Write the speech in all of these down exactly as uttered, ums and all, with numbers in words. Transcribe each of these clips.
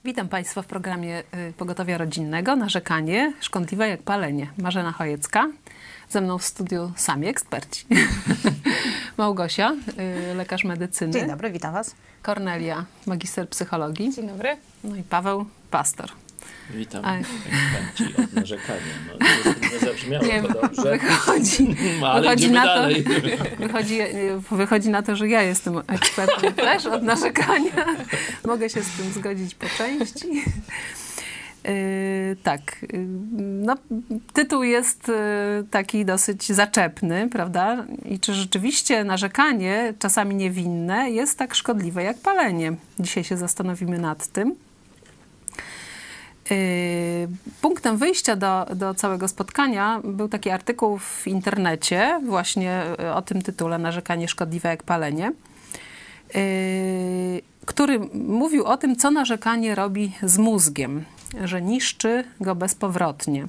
Witam Państwa w programie Pogotowia Rodzinnego. Narzekanie szkodliwe jak palenie. Marzena Chojecka. Ze mną w studiu sami eksperci. Małgosia, lekarz medycyny. Dzień dobry, witam Was. Kornelia, magister psychologii. Dzień dobry. No i Paweł, pastor. Witam eksperci od narzekania. No, nie, nie zabrzmiało nie, to dobrze. Wychodzi, no, ale wychodzi, na to, wychodzi, wychodzi na to, że ja jestem ekspertem też od narzekania. Mogę się z tym zgodzić po części. Yy, tak, yy, no, tytuł jest yy, taki dosyć zaczepny, prawda? I czy rzeczywiście narzekanie, czasami niewinne, jest tak szkodliwe jak palenie? Dzisiaj się zastanowimy nad tym. Yy, punktem wyjścia do, do całego spotkania był taki artykuł w internecie właśnie o tym tytule Narzekanie szkodliwe jak palenie, yy, który mówił o tym, co narzekanie robi z mózgiem, że niszczy go bezpowrotnie.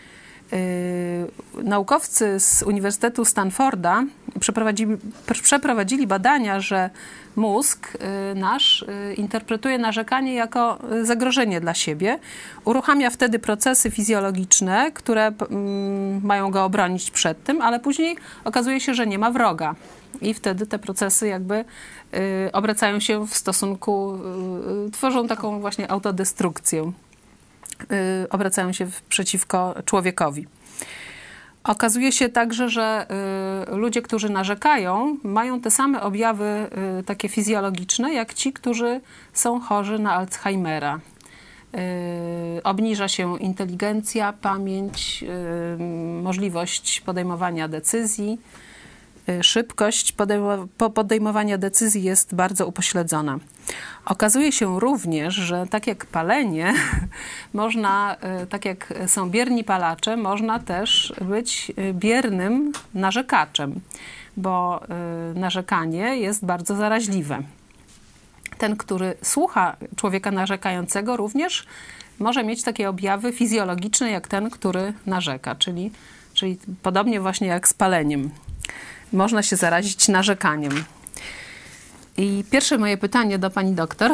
Yy, naukowcy z Uniwersytetu Stanforda przeprowadzili, przeprowadzili badania, że mózg yy, nasz yy, interpretuje narzekanie jako zagrożenie dla siebie. Uruchamia wtedy procesy fizjologiczne, które yy, mają go obronić przed tym, ale później okazuje się, że nie ma wroga. I wtedy te procesy jakby yy, obracają się w stosunku, yy, tworzą taką właśnie autodestrukcję. Yy, obracają się przeciwko człowiekowi. Okazuje się także, że y, ludzie, którzy narzekają, mają te same objawy y, takie fizjologiczne, jak ci, którzy są chorzy na Alzheimera. Y, obniża się inteligencja, pamięć, y, możliwość podejmowania decyzji. Y, szybkość podejmo- podejmowania decyzji jest bardzo upośledzona. Okazuje się również, że tak jak palenie, można, tak jak są bierni palacze, można też być biernym narzekaczem, bo narzekanie jest bardzo zaraźliwe. Ten, który słucha człowieka narzekającego, również może mieć takie objawy fizjologiczne jak ten, który narzeka, czyli, czyli podobnie właśnie jak z paleniem. Można się zarazić narzekaniem. I pierwsze moje pytanie do pani doktor.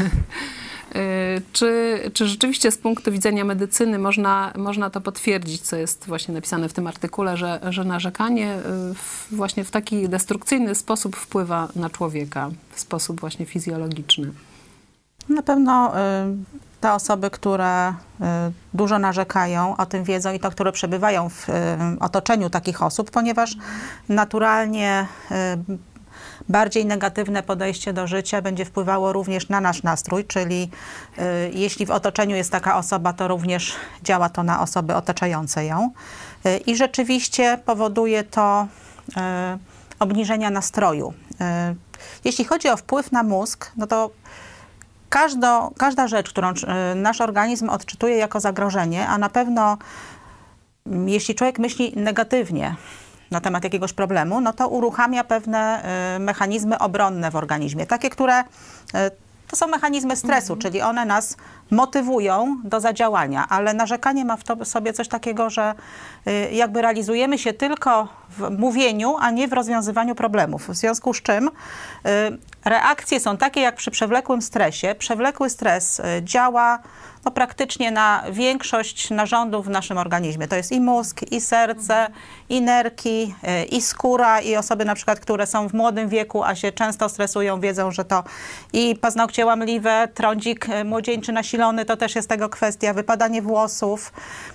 czy, czy rzeczywiście z punktu widzenia medycyny można, można to potwierdzić, co jest właśnie napisane w tym artykule, że, że narzekanie w, właśnie w taki destrukcyjny sposób wpływa na człowieka, w sposób właśnie fizjologiczny? Na pewno y, te osoby, które y, dużo narzekają, o tym wiedzą i to, które przebywają w y, otoczeniu takich osób, ponieważ naturalnie y, bardziej negatywne podejście do życia będzie wpływało również na nasz nastrój, czyli y, jeśli w otoczeniu jest taka osoba, to również działa to na osoby otaczające ją. Y, I rzeczywiście powoduje to y, obniżenia nastroju. Y, jeśli chodzi o wpływ na mózg, no to każdo, każda rzecz, którą y, nasz organizm odczytuje jako zagrożenie, a na pewno y, jeśli człowiek myśli negatywnie na temat jakiegoś problemu, no to uruchamia pewne y, mechanizmy obronne w organizmie. Takie, które y, to są mechanizmy stresu, mhm. czyli one nas motywują do zadziałania, ale narzekanie ma w to, sobie coś takiego, że y, jakby realizujemy się tylko w mówieniu, a nie w rozwiązywaniu problemów. W związku z czym y, reakcje są takie jak przy przewlekłym stresie. Przewlekły stres y, działa no, praktycznie na większość narządów w naszym organizmie. To jest i mózg, i serce, i nerki, i skóra, i osoby na przykład, które są w młodym wieku, a się często stresują, wiedzą, że to i paznokcie łamliwe, trądzik młodzieńczy nasilony, to też jest tego kwestia, wypadanie włosów.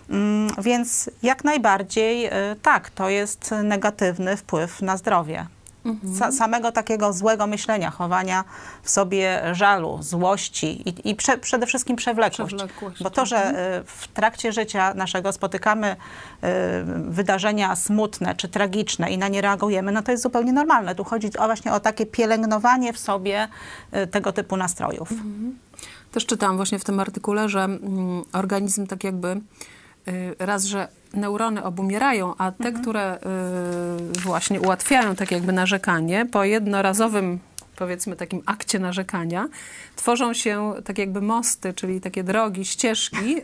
Więc jak najbardziej tak, to jest negatywny wpływ na zdrowie. Mhm. Samego takiego złego myślenia, chowania w sobie żalu, złości i, i prze, przede wszystkim przewlekłość. przewlekłość. Bo to, że w trakcie życia naszego spotykamy y, wydarzenia smutne czy tragiczne i na nie reagujemy, no to jest zupełnie normalne. Tu chodzi o właśnie o takie pielęgnowanie w sobie y, tego typu nastrojów. Mhm. Też czytałam właśnie w tym artykule, że mm, organizm tak jakby y, raz, że neurony obumierają, a te, mhm. które y, właśnie ułatwiają tak jakby narzekanie, po jednorazowym, powiedzmy takim akcie narzekania, tworzą się tak jakby mosty, czyli takie drogi, ścieżki,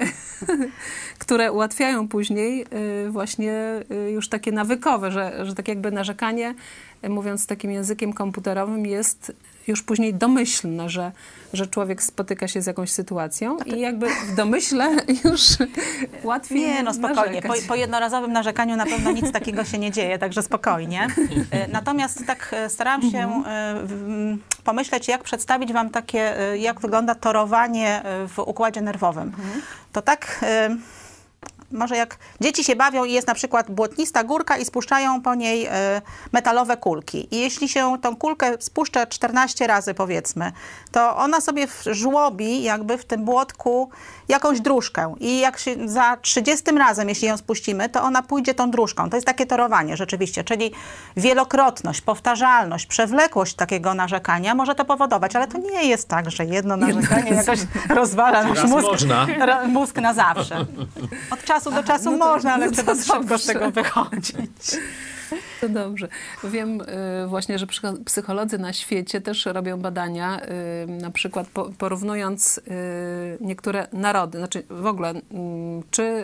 które ułatwiają później y, właśnie y, już takie nawykowe, że, że tak jakby narzekanie mówiąc takim językiem komputerowym, jest już później domyślne, że, że człowiek spotyka się z jakąś sytuacją i jakby w domyśle już łatwiej Nie, no spokojnie. Po, po jednorazowym narzekaniu na pewno nic takiego się nie dzieje, także spokojnie. Natomiast tak starałam się mhm. pomyśleć, jak przedstawić wam takie, jak wygląda torowanie w układzie nerwowym. Mhm. To tak... Może jak dzieci się bawią i jest na przykład błotnista górka i spuszczają po niej y, metalowe kulki. I jeśli się tą kulkę spuszcza czternaście razy, powiedzmy, to ona sobie żłobi jakby w tym błotku jakąś dróżkę. I jak się za trzydziestym razem, jeśli ją spuścimy, to ona pójdzie tą dróżką. To jest takie torowanie rzeczywiście, czyli wielokrotność, powtarzalność, przewlekłość takiego narzekania może to powodować, ale to nie jest tak, że jedno narzekanie jakoś rozwala nasz mózg, mózg na zawsze. Od czasu do czasu Aha, no to, można, ale no trzeba szybko z tego wychodzić. To dobrze. Wiem y, właśnie, że psycholodzy na świecie też robią badania, y, na przykład po, porównując y, niektóre narody, znaczy w ogóle y, czy y,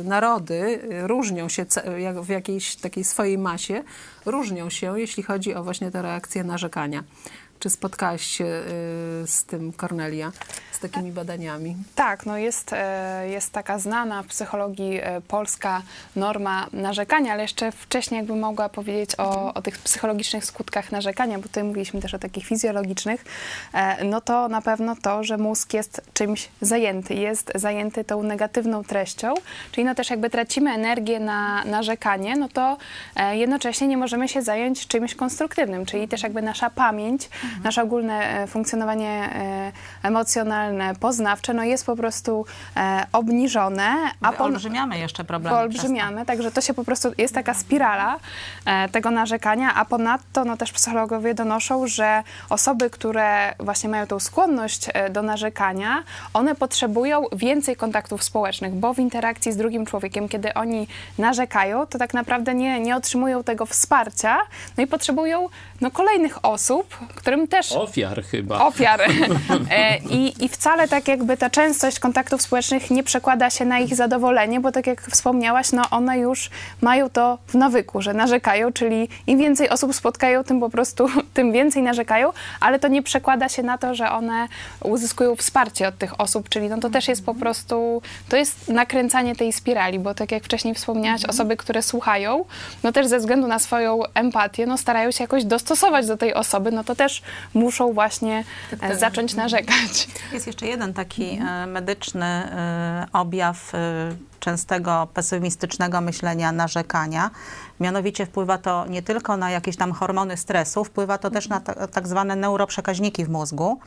narody różnią się jak w jakiejś takiej swojej masie, różnią się, jeśli chodzi o właśnie te reakcje narzekania. Czy spotkałaś się y, z tym, Kornelia, z takimi badaniami? Tak, no jest, jest taka znana w psychologii polska norma narzekania, ale jeszcze wcześniej jakbym mogła powiedzieć o, o tych psychologicznych skutkach narzekania, bo tutaj mówiliśmy też o takich fizjologicznych, no to na pewno to, że mózg jest czymś zajęty, jest zajęty tą negatywną treścią, czyli no też jakby tracimy energię na narzekanie, no to jednocześnie nie możemy się zająć czymś konstruktywnym, czyli też jakby nasza pamięć, Mhm. nasze ogólne funkcjonowanie emocjonalne, poznawcze, no jest po prostu e, obniżone. A olbrzymiamy jeszcze problemy. Olbrzymiamy, także to się po prostu, jest taka spirala e, tego narzekania, a ponadto no też psychologowie donoszą, że osoby, które właśnie mają tą skłonność e, do narzekania, one potrzebują więcej kontaktów społecznych, bo w interakcji z drugim człowiekiem, kiedy oni narzekają, to tak naprawdę nie, nie otrzymują tego wsparcia, no i potrzebują no, kolejnych osób, którym też... Ofiar chyba. Ofiar. E, i, I wcale tak jakby ta częstość kontaktów społecznych nie przekłada się na ich zadowolenie, bo tak jak wspomniałaś, no one już mają to w nawyku, że narzekają, czyli im więcej osób spotkają, tym po prostu, tym więcej narzekają, ale to nie przekłada się na to, że one uzyskują wsparcie od tych osób, czyli no to też jest po prostu, to jest nakręcanie tej spirali, bo tak jak wcześniej wspomniałaś, osoby, które słuchają, no też ze względu na swoją empatię, no starają się jakoś dostosować do tej osoby, no to też muszą właśnie tak, tak. zacząć narzekać. Jest jeszcze jeden taki mhm. medyczny objaw częstego pesymistycznego myślenia, narzekania. Mianowicie wpływa to nie tylko na jakieś tam hormony stresu, wpływa to też na tak zwane neuroprzekaźniki w mózgu.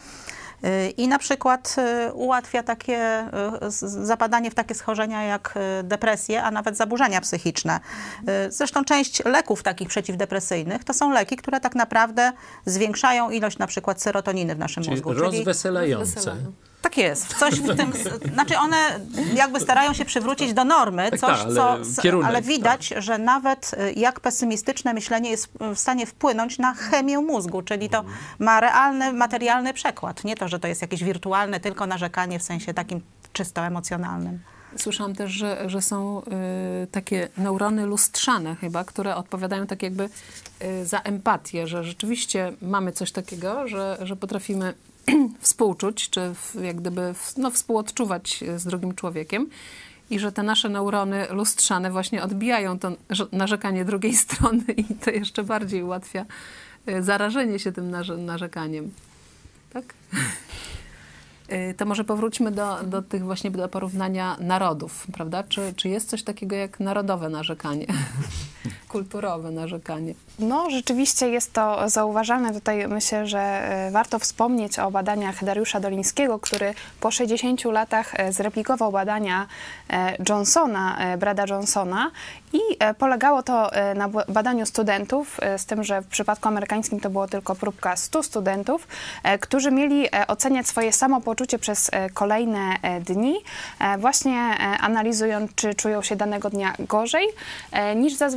I na przykład ułatwia takie zapadanie w takie schorzenia jak depresje, a nawet zaburzenia psychiczne. Zresztą część leków takich przeciwdepresyjnych to są leki, które tak naprawdę zwiększają ilość na przykład serotoniny w naszym czyli mózgu. rozweselające. Czyli tak jest. Coś w tym, znaczy one jakby starają się przywrócić do normy, coś, tak, ale, co, kierunek, ale widać, tak. że nawet jak pesymistyczne myślenie jest w stanie wpłynąć na chemię mózgu, czyli to ma realny, materialny przekład. Nie to, że to jest jakieś wirtualne, tylko narzekanie w sensie takim czysto emocjonalnym. Słyszałam też, że, że są y, takie neurony lustrzane chyba, które odpowiadają tak jakby y, za empatię, że rzeczywiście mamy coś takiego, że, że potrafimy współczuć, czy w, jak gdyby w, no, współodczuwać z drugim człowiekiem i że te nasze neurony lustrzane właśnie odbijają to narzekanie drugiej strony i to jeszcze bardziej ułatwia y, zarażenie się tym narze narzekaniem. Tak? To może powróćmy do, do tych właśnie do porównania narodów, prawda? Czy, czy jest coś takiego jak narodowe narzekanie? Kulturowe narzekanie? No, rzeczywiście jest to zauważalne. Tutaj myślę, że warto wspomnieć o badaniach Dariusza Dolińskiego, który po sześćdziesięciu latach zreplikował badania Johnsona, Brada Johnsona i polegało to na badaniu studentów, z tym, że w przypadku amerykańskim to było tylko próbka stu studentów, którzy mieli oceniać swoje samopoczucie przez kolejne dni, właśnie analizując, czy czują się danego dnia gorzej niż zazwyczaj, czy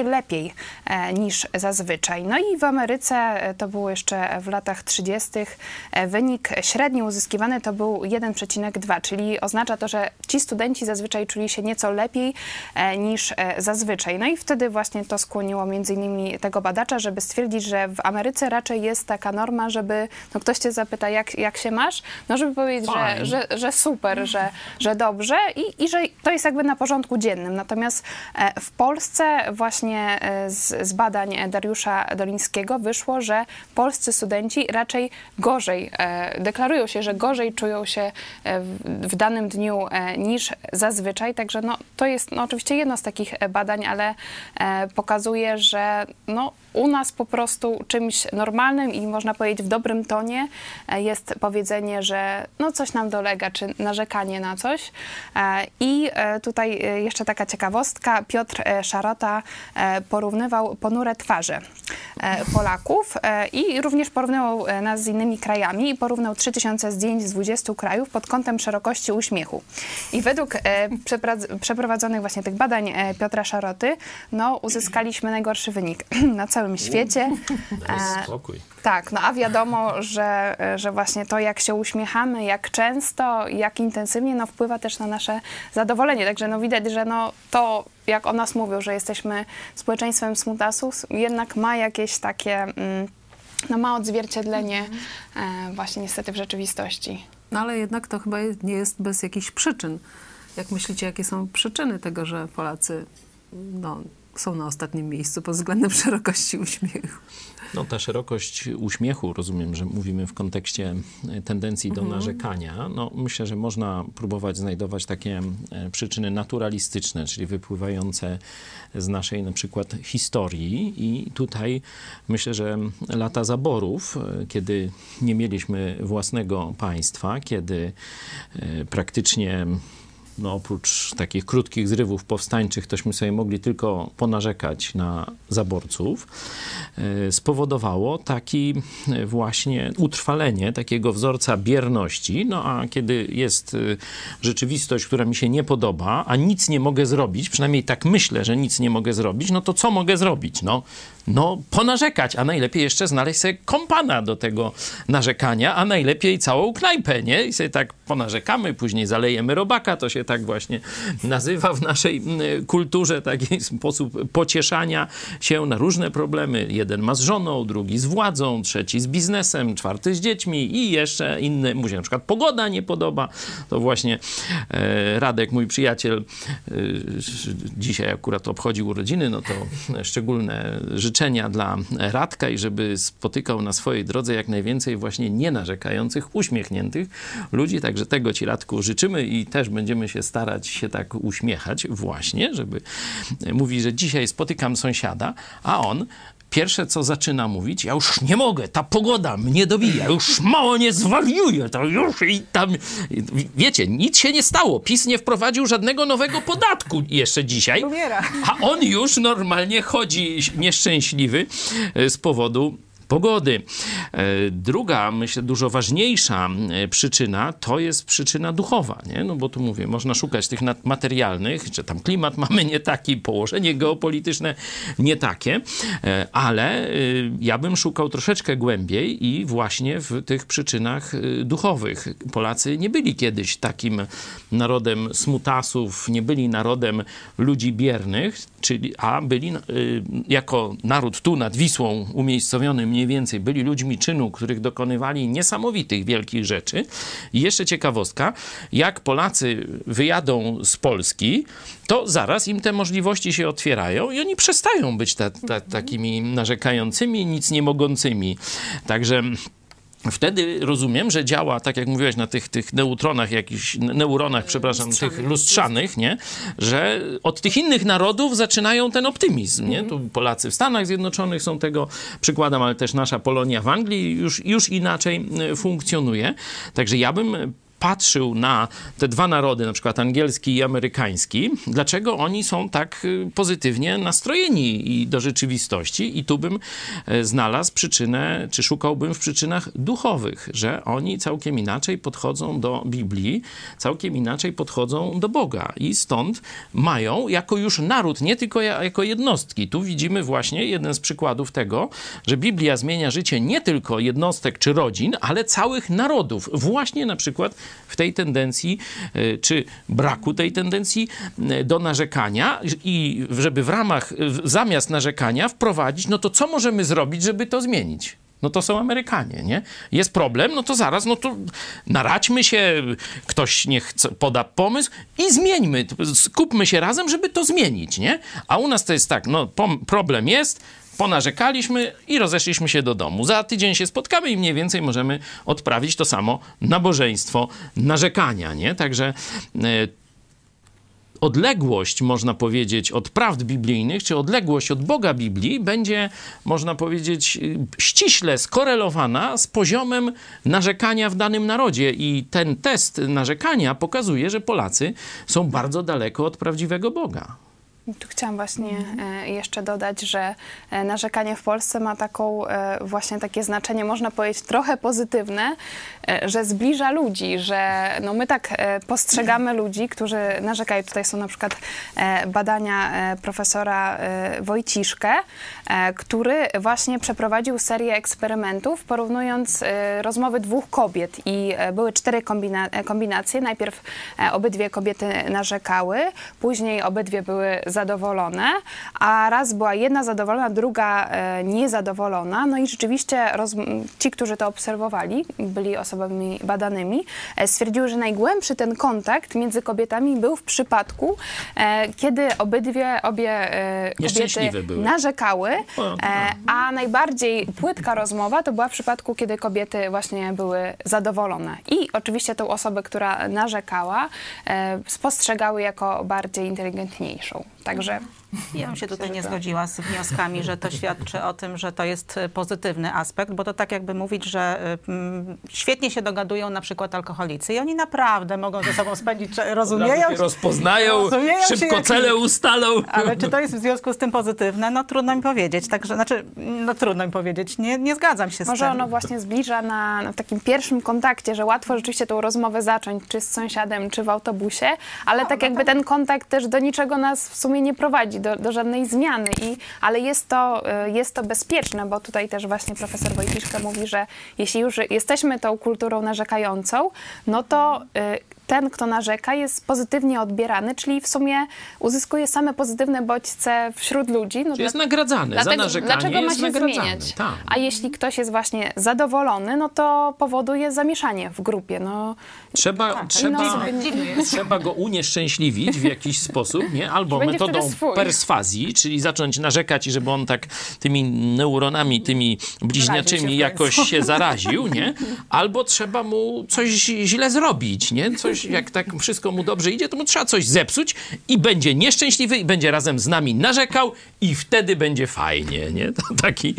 się lepiej e, niż zazwyczaj. No i w Ameryce, e, to było jeszcze w latach trzydziestych, e, wynik średnio uzyskiwany to był jeden przecinek dwa, czyli oznacza to, że ci studenci zazwyczaj czuli się nieco lepiej e, niż e, zazwyczaj. No i wtedy właśnie to skłoniło między innymi tego badacza, żeby stwierdzić, że w Ameryce raczej jest taka norma, żeby no ktoś cię zapyta, jak, jak się masz, no żeby powiedzieć, że, że, że super, że, że dobrze i, i że to jest jakby na porządku dziennym. Natomiast e, w Polsce właśnie e, z, z badań Dariusza Dolińskiego wyszło, że polscy studenci raczej gorzej e, deklarują się, że gorzej czują się e, w, w danym dniu e, niż zazwyczaj. Także no, to jest no, oczywiście jedno z takich badań, ale e, pokazuje, że no, u nas po prostu czymś normalnym i można powiedzieć w dobrym tonie e, jest powiedzenie, że no, coś nam dolega, czy narzekanie na coś. E, I e, tutaj e, jeszcze taka ciekawostka. Piotr e, Szarota e, porównywał ponure twarze e, Polaków e, i również porównywał e, nas z innymi krajami i porównał trzy tysiące zdjęć z dwudziestu krajów pod kątem szerokości uśmiechu. I według e, przeprowadzonych właśnie tych badań e, Piotra Szaroty, no uzyskaliśmy najgorszy wynik na całym świecie. Daj spokój. Tak, no a wiadomo, że, że właśnie to, jak się uśmiechamy, jak często, jak intensywnie, no wpływa też na nasze zadowolenie. Także no widać, że no to, jak o nas mówią, że jesteśmy społeczeństwem smutasów, jednak ma jakieś takie, mm, no ma odzwierciedlenie e, właśnie niestety w rzeczywistości. No ale jednak to chyba nie jest bez jakichś przyczyn. Jak myślicie, jakie są przyczyny tego, że Polacy no, są na ostatnim miejscu pod względem szerokości uśmiechu? No ta szerokość uśmiechu, rozumiem, że mówimy w kontekście tendencji do mhm. narzekania. No myślę, że można próbować znajdować takie przyczyny naturalistyczne, czyli wypływające z naszej na przykład historii. I tutaj myślę, że lata zaborów, kiedy nie mieliśmy własnego państwa, kiedy praktycznie no oprócz takich krótkich zrywów powstańczych, tośmy sobie mogli tylko ponarzekać na zaborców, spowodowało taki właśnie utrwalenie takiego wzorca bierności. No a kiedy jest rzeczywistość, która mi się nie podoba, a nic nie mogę zrobić, przynajmniej tak myślę, że nic nie mogę zrobić, no to co mogę zrobić? No, no ponarzekać, a najlepiej jeszcze znaleźć sobie kompana do tego narzekania, a najlepiej całą knajpę, nie? I sobie tak ponarzekamy, później zalejemy robaka, to się tak właśnie nazywa w naszej kulturze, taki sposób pocieszania się na różne problemy. Jeden ma z żoną, drugi z władzą, trzeci z biznesem, czwarty z dziećmi i jeszcze inny. Mu się na przykład pogoda nie podoba. To właśnie e, Radek, mój przyjaciel, e, dzisiaj akurat obchodził urodziny, no to szczególne życzenia dla Radka i żeby spotykał na swojej drodze jak najwięcej właśnie nienarzekających, uśmiechniętych ludzi. Także tego ci, Radku, życzymy i też będziemy się starać się tak uśmiechać właśnie, żeby mówi, że dzisiaj spotykam sąsiada, a on pierwsze, co zaczyna mówić, ja już nie mogę, ta pogoda mnie dobija, już mało nie zwariuję, to już i tam... Wiecie, nic się nie stało. PiS nie wprowadził żadnego nowego podatku jeszcze dzisiaj, a on już normalnie chodzi nieszczęśliwy z powodu pogody. Druga, myślę, dużo ważniejsza przyczyna to jest przyczyna duchowa, nie? No bo tu mówię, można szukać tych materialnych, że tam klimat mamy nie taki, położenie geopolityczne nie takie, ale ja bym szukał troszeczkę głębiej i właśnie w tych przyczynach duchowych. Polacy nie byli kiedyś takim narodem smutasów, nie byli narodem ludzi biernych, czyli, a byli jako naród tu nad Wisłą umiejscowiony mniej więcej, byli ludźmi czynu, których dokonywali niesamowitych, wielkich rzeczy. I jeszcze ciekawostka, jak Polacy wyjadą z Polski, to zaraz im te możliwości się otwierają i oni przestają być ta, ta, takimi narzekającymi, nic nie mogącymi. Także wtedy rozumiem, że działa, tak jak mówiłeś, na tych, tych neutronach, jakichś neuronach, przepraszam, lustrzanych. tych lustrzanych, nie? Że od tych innych narodów zaczynają ten optymizm, nie? Tu Polacy w Stanach Zjednoczonych są tego przykładem, ale też nasza Polonia w Anglii już, już inaczej funkcjonuje. Także ja bym patrzył na te dwa narody, na przykład angielski i amerykański, dlaczego oni są tak pozytywnie nastrojeni i do rzeczywistości. I tu bym znalazł przyczynę, czy szukałbym w przyczynach duchowych, że oni całkiem inaczej podchodzą do Biblii, całkiem inaczej podchodzą do Boga. I stąd mają jako już naród, nie tylko jako jednostki. Tu widzimy właśnie jeden z przykładów tego, że Biblia zmienia życie nie tylko jednostek czy rodzin, ale całych narodów. Właśnie na przykład w tej tendencji, czy braku tej tendencji do narzekania i żeby w ramach, zamiast narzekania wprowadzić, no to co możemy zrobić, żeby to zmienić? No to są Amerykanie, nie? Jest problem, no to zaraz, no to naradźmy się, ktoś niech poda pomysł i zmieńmy, skupmy się razem, żeby to zmienić, nie? A u nas to jest tak, no problem jest, ponarzekaliśmy i rozeszliśmy się do domu. Za tydzień się spotkamy i mniej więcej możemy odprawić to samo nabożeństwo narzekania, nie? Także odległość, można powiedzieć, od prawd biblijnych, czy odległość od Boga Biblii będzie, można powiedzieć, ściśle skorelowana z poziomem narzekania w danym narodzie. I ten test narzekania pokazuje, że Polacy są bardzo daleko od prawdziwego Boga. Tu chciałam właśnie e, jeszcze dodać, że e, narzekanie w Polsce ma taką e, właśnie takie znaczenie, można powiedzieć, trochę pozytywne, e, że zbliża ludzi, że no my tak e, postrzegamy ludzi, którzy narzekają. Tutaj są na przykład e, badania e, profesora e, Wojciszkę, e, który właśnie przeprowadził serię eksperymentów, porównując e, rozmowy dwóch kobiet i e, były cztery kombina kombinacje. Najpierw e, obydwie kobiety narzekały, później obydwie były zadowolone, a raz była jedna zadowolona, druga e, niezadowolona. No i rzeczywiście ci, którzy to obserwowali, byli osobami badanymi, e, stwierdziły, że najgłębszy ten kontakt między kobietami był w przypadku, e, kiedy obydwie, obie e, kobiety były. narzekały, e, a najbardziej płytka rozmowa to była w przypadku, kiedy kobiety właśnie były zadowolone. I oczywiście tą osobę, która narzekała, e, spostrzegały jako bardziej inteligentniejszą. Także ja bym się tutaj nie zgodziła z wnioskami, że to świadczy o tym, że to jest pozytywny aspekt, bo to tak jakby mówić, że mm, świetnie się dogadują na przykład alkoholicy i oni naprawdę mogą ze sobą spędzić czas, rozumieją się, rozpoznają, rozumieją szybko się, cele ustalą. Ale czy to jest w związku z tym pozytywne? No trudno mi powiedzieć. Także, znaczy, no trudno mi powiedzieć. Nie, nie zgadzam się z Może tym. Może ono właśnie zbliża na, na takim pierwszym kontakcie, że łatwo rzeczywiście tą rozmowę zacząć, czy z sąsiadem, czy w autobusie, ale no, tak no jakby to... ten kontakt też do niczego nas w sumie nie prowadzi. Do, do żadnej zmiany, I, ale jest to, jest to bezpieczne, bo tutaj też właśnie profesor Wojciszka mówi, że jeśli już jesteśmy tą kulturą narzekającą, no to ten, kto narzeka, jest pozytywnie odbierany, czyli w sumie uzyskuje same pozytywne bodźce wśród ludzi. No jest nagradzany dlatego, za narzekanie. Dlaczego ma jest się zmieniać? Tam. A jeśli ktoś jest właśnie zadowolony, no to powoduje zamieszanie w grupie. No, trzeba, tak, trzeba, no, trzeba go unieszczęśliwić w jakiś sposób, nie? Albo metodą perswazji, czyli zacząć narzekać i żeby on tak tymi neuronami, tymi bliźniaczymi jakoś się zaraził, nie? Albo trzeba mu coś źle zrobić, nie? Coś, jak tak wszystko mu dobrze idzie, to mu trzeba coś zepsuć i będzie nieszczęśliwy i będzie razem z nami narzekał i wtedy będzie fajnie, nie? To taki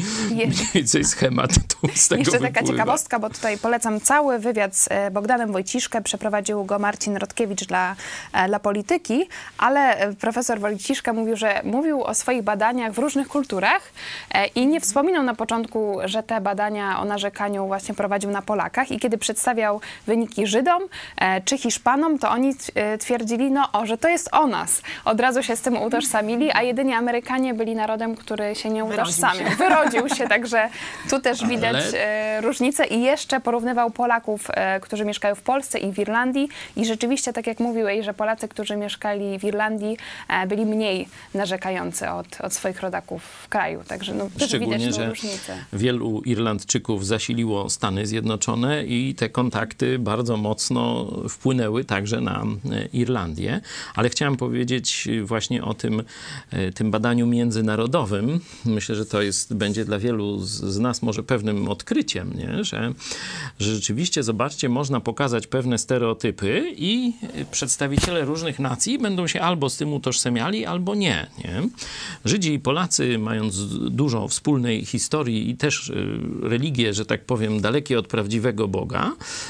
coś schemat tu z tego Jeszcze wypływa. taka ciekawostka, bo tutaj polecam cały wywiad z Bogdanem Wojciszkę. Przeprowadził go Marcin Rodkiewicz dla, dla Polityki, ale profesor Wojciszka mówił, że mówił o swoich badaniach w różnych kulturach i nie wspominał na początku, że te badania o narzekaniu właśnie prowadził na Polakach i kiedy przedstawiał wyniki Żydom czy Hiszpanom, to oni twierdzili, no o, że to jest o nas. Od razu się z tym utożsamili, a jedynie Amerykanie byli narodem, który się nie utożsamiał. Wyrodził się, także tu też widać Ale... różnicę i jeszcze porównywał Polaków, którzy mieszkają w Polsce i w Irlandii i rzeczywiście, tak jak mówiłeś, że Polacy, którzy mieszkali w Irlandii, byli mniej narzekający od, od swoich rodaków w kraju. Także no, też Szczególnie, widać że różnicę. Wielu Irlandczyków zasiliło Stany Zjednoczone i te kontakty bardzo mocno wpłynęły wpłynęły także na Irlandię. Ale chciałem powiedzieć właśnie o tym, tym badaniu międzynarodowym. Myślę, że to jest, będzie dla wielu z, z nas może pewnym odkryciem, nie? Że, że rzeczywiście, zobaczcie, można pokazać pewne stereotypy i przedstawiciele różnych nacji będą się albo z tym utożsamiali, albo nie, nie? Żydzi i Polacy, mając dużo wspólnej historii i też religie, że tak powiem, dalekie od prawdziwego Boga,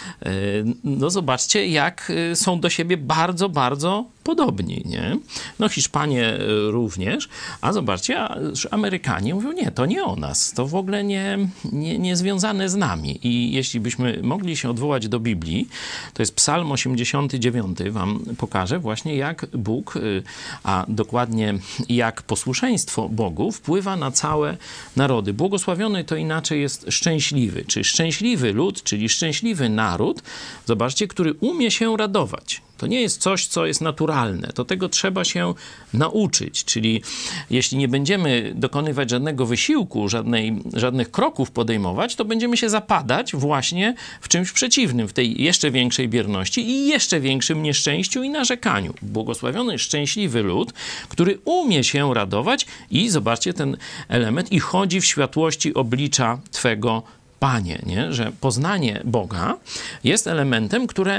no zobaczcie, jak są do siebie bardzo, bardzo podobni, nie? No Hiszpanie również, a zobaczcie, że Amerykanie mówią, nie, to nie o nas, to w ogóle nie, nie, nie związane z nami. I jeśli byśmy mogli się odwołać do Biblii, to jest Psalm osiemdziesiąty dziewiąty, wam pokażę właśnie, jak Bóg, a dokładnie jak posłuszeństwo Bogu wpływa na całe narody. Błogosławiony to inaczej jest szczęśliwy, czy szczęśliwy lud, czyli szczęśliwy naród, zobaczcie, który umie się radować. To nie jest coś, co jest naturalne. To tego trzeba się nauczyć. Czyli jeśli nie będziemy dokonywać żadnego wysiłku, żadnej, żadnych kroków podejmować, to będziemy się zapadać właśnie w czymś przeciwnym, w tej jeszcze większej bierności i jeszcze większym nieszczęściu i narzekaniu. Błogosławiony, szczęśliwy lud, który umie się radować i zobaczcie ten element i chodzi w światłości oblicza Twego Panie, nie? Że poznanie Boga jest elementem, które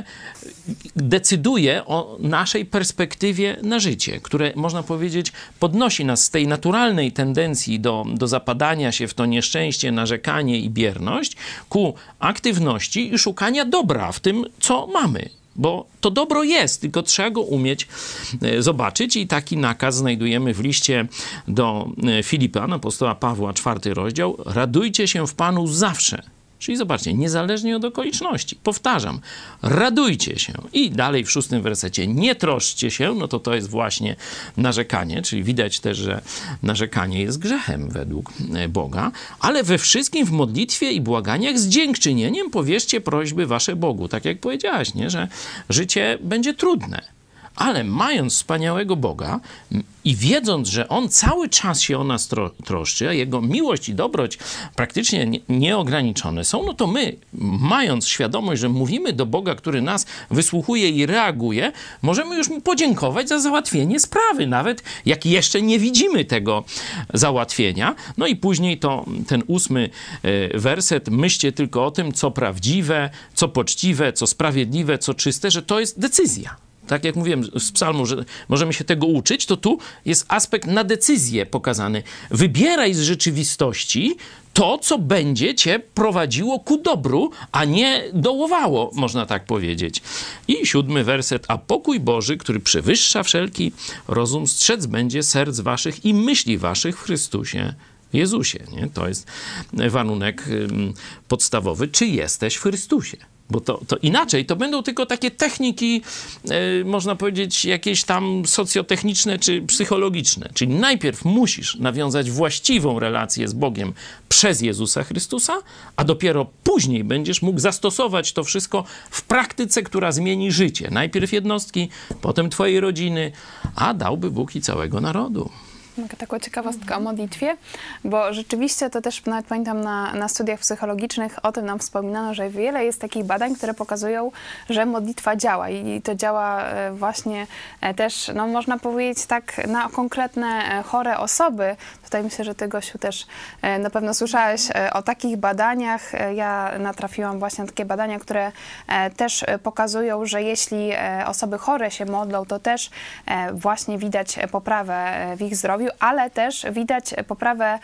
decyduje o naszej perspektywie na życie, które, można powiedzieć, podnosi nas z tej naturalnej tendencji do, do zapadania się w to nieszczęście, narzekanie i bierność ku aktywności i szukania dobra w tym, co mamy. Bo to dobro jest, tylko trzeba go umieć zobaczyć i taki nakaz znajdujemy w liście do Filipan, apostoła Pawła, czwarty rozdział. Radujcie się w Panu zawsze. Czyli zobaczcie, niezależnie od okoliczności. Powtarzam, radujcie się. I dalej w szóstym wersecie, nie troszczcie się, no to to jest właśnie narzekanie, czyli widać też, że narzekanie jest grzechem według Boga, ale we wszystkim w modlitwie i błaganiach z dziękczynieniem powierzcie prośby wasze Bogu. Tak jak powiedziałaś, nie? Że życie będzie trudne. Ale mając wspaniałego Boga i wiedząc, że On cały czas się o nas tro, troszczy, a Jego miłość i dobroć praktycznie nie, nieograniczone są, no to my, mając świadomość, że mówimy do Boga, który nas wysłuchuje i reaguje, możemy już Mu podziękować za załatwienie sprawy, nawet jak jeszcze nie widzimy tego załatwienia. No i później to ten ósmy werset, myślcie tylko o tym, co prawdziwe, co poczciwe, co sprawiedliwe, co czyste, że to jest decyzja. Tak jak mówiłem z psalmu, że możemy się tego uczyć, to tu jest aspekt na decyzję pokazany. Wybieraj z rzeczywistości to, co będzie cię prowadziło ku dobru, a nie dołowało, można tak powiedzieć. I siódmy werset. A pokój Boży, który przewyższa wszelki rozum, strzec będzie serc waszych i myśli waszych w Chrystusie Jezusie. Nie? To jest warunek ym, podstawowy. Czy jesteś w Chrystusie? Bo to, to inaczej, to będą tylko takie techniki, yy, można powiedzieć, jakieś tam socjotechniczne czy psychologiczne. Czyli najpierw musisz nawiązać właściwą relację z Bogiem przez Jezusa Chrystusa, a dopiero później będziesz mógł zastosować to wszystko w praktyce, która zmieni życie. Najpierw jednostki, potem twojej rodziny, a dałby Bóg i całego narodu. Mogę taką ciekawostkę o modlitwie, bo rzeczywiście to też nawet pamiętam na, na studiach psychologicznych o tym nam wspominano, że wiele jest takich badań, które pokazują, że modlitwa działa i to działa właśnie też, no można powiedzieć tak, na konkretne chore osoby. Tutaj myślę, że ty, Gosiu, też na pewno słyszałeś o takich badaniach. Ja natrafiłam właśnie na takie badania, które też pokazują, że jeśli osoby chore się modlą, to też właśnie widać poprawę w ich zdrowiu, ale też widać poprawę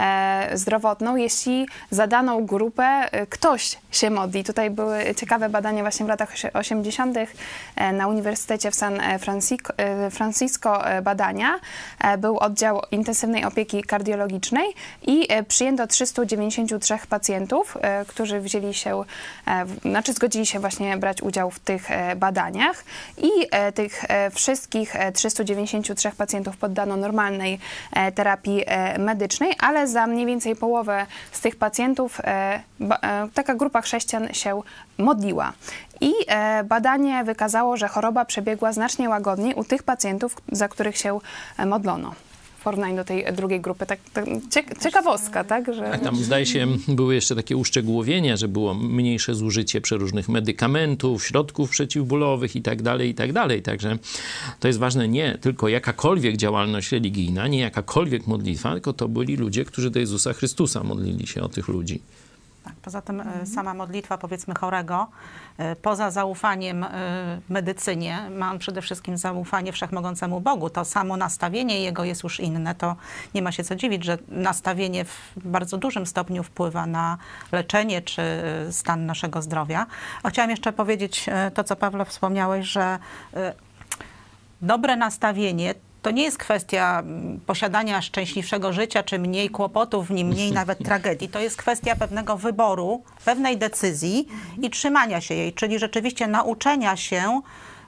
e, zdrowotną, jeśli za daną grupę ktoś się modli. Tutaj były ciekawe badania właśnie w latach osiemdziesiątych e, na Uniwersytecie w San Francisco, e, Francisco badania. E, był oddział intensywnej opieki kardiologicznej i e, przyjęto trzystu dziewięćdziesięciu trzech pacjentów, e, którzy wzięli się, e, w, znaczy zgodzili się właśnie brać udział w tych e, badaniach i e, tych e, wszystkich e, trzystu dziewięćdziesięciu trzech pacjentów poddano normalnej terapii medycznej, ale za mniej więcej połowę z tych pacjentów taka grupa chrześcijan się modliła. I badanie wykazało, że choroba przebiegła znacznie łagodniej u tych pacjentów, za których się modlono. w porównaniu do tej drugiej grupy. Tak, tak ciekawostka, tak? Że... A tam zdaje się, były jeszcze takie uszczegółowienia, że było mniejsze zużycie przeróżnych medykamentów, środków przeciwbólowych i tak dalej, i tak dalej. Także to jest ważne, nie tylko jakakolwiek działalność religijna, nie jakakolwiek modlitwa, tylko to byli ludzie, którzy do Jezusa Chrystusa modlili się o tych ludzi. Tak, poza tym mhm. sama modlitwa, powiedzmy, chorego, poza zaufaniem medycynie, ma on przede wszystkim zaufanie wszechmogącemu Bogu. To samo nastawienie jego jest już inne. To nie ma się co dziwić, że nastawienie w bardzo dużym stopniu wpływa na leczenie czy stan naszego zdrowia. A chciałam jeszcze powiedzieć to, co Pawle wspomniałeś, że dobre nastawienie to nie jest kwestia posiadania szczęśliwszego życia, czy mniej kłopotów, w nim mniej nawet tragedii. To jest kwestia pewnego wyboru, pewnej decyzji i trzymania się jej, czyli rzeczywiście nauczenia się,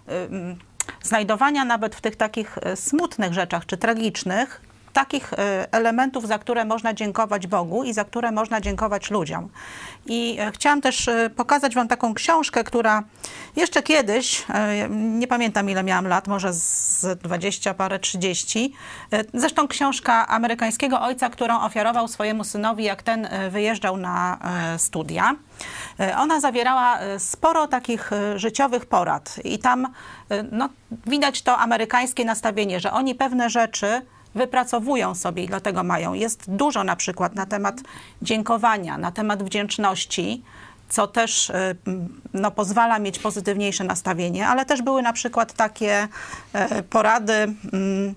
y, znajdowania nawet w tych takich smutnych rzeczach, czy tragicznych, takich elementów, za które można dziękować Bogu i za które można dziękować ludziom. I chciałam też pokazać wam taką książkę, która jeszcze kiedyś, nie pamiętam ile miałam lat, może z dwadzieścia parę, trzydzieści, zresztą książka amerykańskiego ojca, którą ofiarował swojemu synowi, jak ten wyjeżdżał na studia. Ona zawierała sporo takich życiowych porad i tam no, widać to amerykańskie nastawienie, że oni pewne rzeczy wypracowują sobie i dlatego mają. Jest dużo na przykład na temat dziękowania, na temat wdzięczności, co też no, pozwala mieć pozytywniejsze nastawienie, ale też były na przykład takie porady. Mm,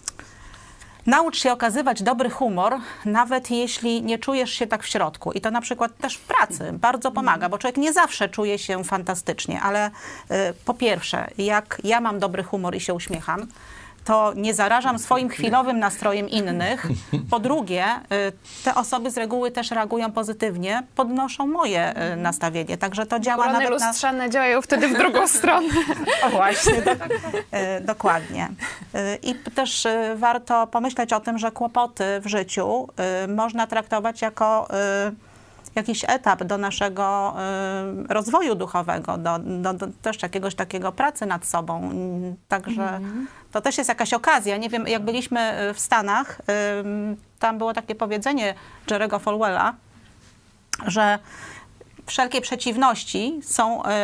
Naucz się okazywać dobry humor, nawet jeśli nie czujesz się tak w środku. I to na przykład też w pracy bardzo pomaga, bo człowiek nie zawsze czuje się fantastycznie, ale y, po pierwsze, jak ja mam dobry humor i się uśmiecham, to nie zarażam swoim chwilowym nastrojem innych. Po drugie, te osoby z reguły też reagują pozytywnie, podnoszą moje nastawienie. Także to działa Urony nawet lustrzane na... działają wtedy w drugą stronę. O właśnie, do, dokładnie. I też warto pomyśleć o tym, że kłopoty w życiu można traktować jako jakiś etap do naszego y, rozwoju duchowego, do, do, do też jakiegoś takiego pracy nad sobą. Także mm. to też jest jakaś okazja. Nie wiem, jak byliśmy w Stanach, y, tam było takie powiedzenie Jerry'ego Falwella, że wszelkie przeciwności są y,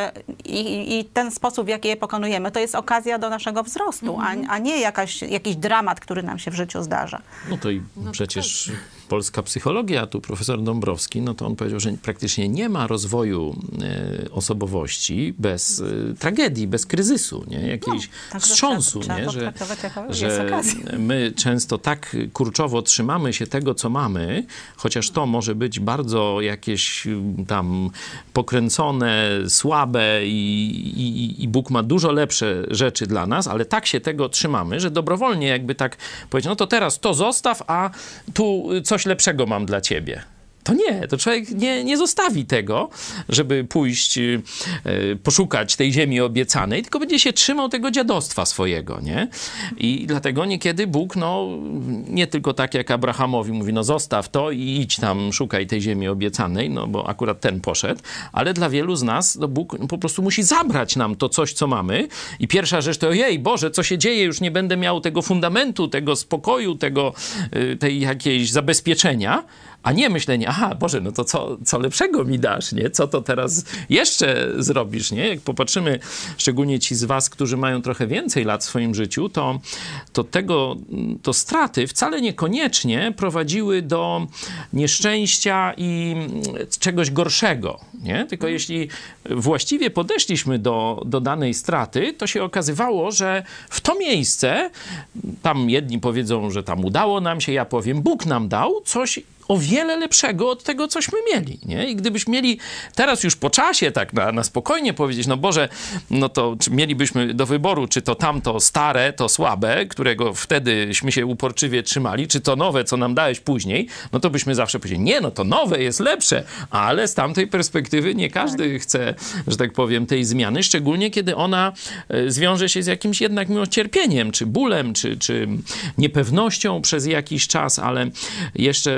i, i ten sposób, w jaki je pokonujemy, to jest okazja do naszego wzrostu, mm. a, a nie jakaś, jakiś dramat, który nam się w życiu zdarza. No to i no przecież to polska psychologia, tu profesor Dąbrowski, no to on powiedział, że praktycznie nie ma rozwoju e, osobowości bez e, tragedii, bez kryzysu, nie? Jakiejś no, wstrząsu, trzeba, nie? Trzeba że, że my często tak kurczowo trzymamy się tego, co mamy, chociaż to może być bardzo jakieś tam pokręcone, słabe i, i, i Bóg ma dużo lepsze rzeczy dla nas, ale tak się tego trzymamy, że dobrowolnie jakby tak powiedzieć, no to teraz to zostaw, a tu coś lepszego mam dla ciebie. To nie, to człowiek nie, nie zostawi tego, żeby pójść, y, y, poszukać tej ziemi obiecanej, tylko będzie się trzymał tego dziadostwa swojego, nie? I dlatego niekiedy Bóg, no, nie tylko tak jak Abrahamowi mówi, no zostaw to i idź tam, szukaj tej ziemi obiecanej, no bo akurat ten poszedł, ale dla wielu z nas, no, Bóg po prostu musi zabrać nam to coś, co mamy i pierwsza rzecz to, ojej, Boże, co się dzieje, już nie będę miał tego fundamentu, tego spokoju, tego, y, tej jakiejś zabezpieczenia, a nie myślenie, aha, Boże, no to co, co lepszego mi dasz, nie? Co to teraz jeszcze zrobisz, nie? Jak popatrzymy, szczególnie ci z was, którzy mają trochę więcej lat w swoim życiu, to, to tego, to straty wcale niekoniecznie prowadziły do nieszczęścia i czegoś gorszego, nie? Tylko mm. jeśli właściwie podeszliśmy do, do danej straty, to się okazywało, że w to miejsce, tam jedni powiedzą, że tam udało nam się, ja powiem, Bóg nam dał coś o wiele lepszego od tego, cośmy mieli, nie? I gdybyśmy mieli teraz już po czasie tak na, na spokojnie powiedzieć, no Boże, no to czy mielibyśmy do wyboru, czy to tamto stare, to słabe, którego wtedyśmy się uporczywie trzymali, czy to nowe, co nam dałeś później, no to byśmy zawsze powiedzieli, nie, no to nowe jest lepsze, ale z tamtej perspektywy nie każdy tak. chce, że tak powiem, tej zmiany, szczególnie kiedy ona zwiąże się z jakimś jednak mimo cierpieniem, czy bólem, czy, czy niepewnością przez jakiś czas, ale jeszcze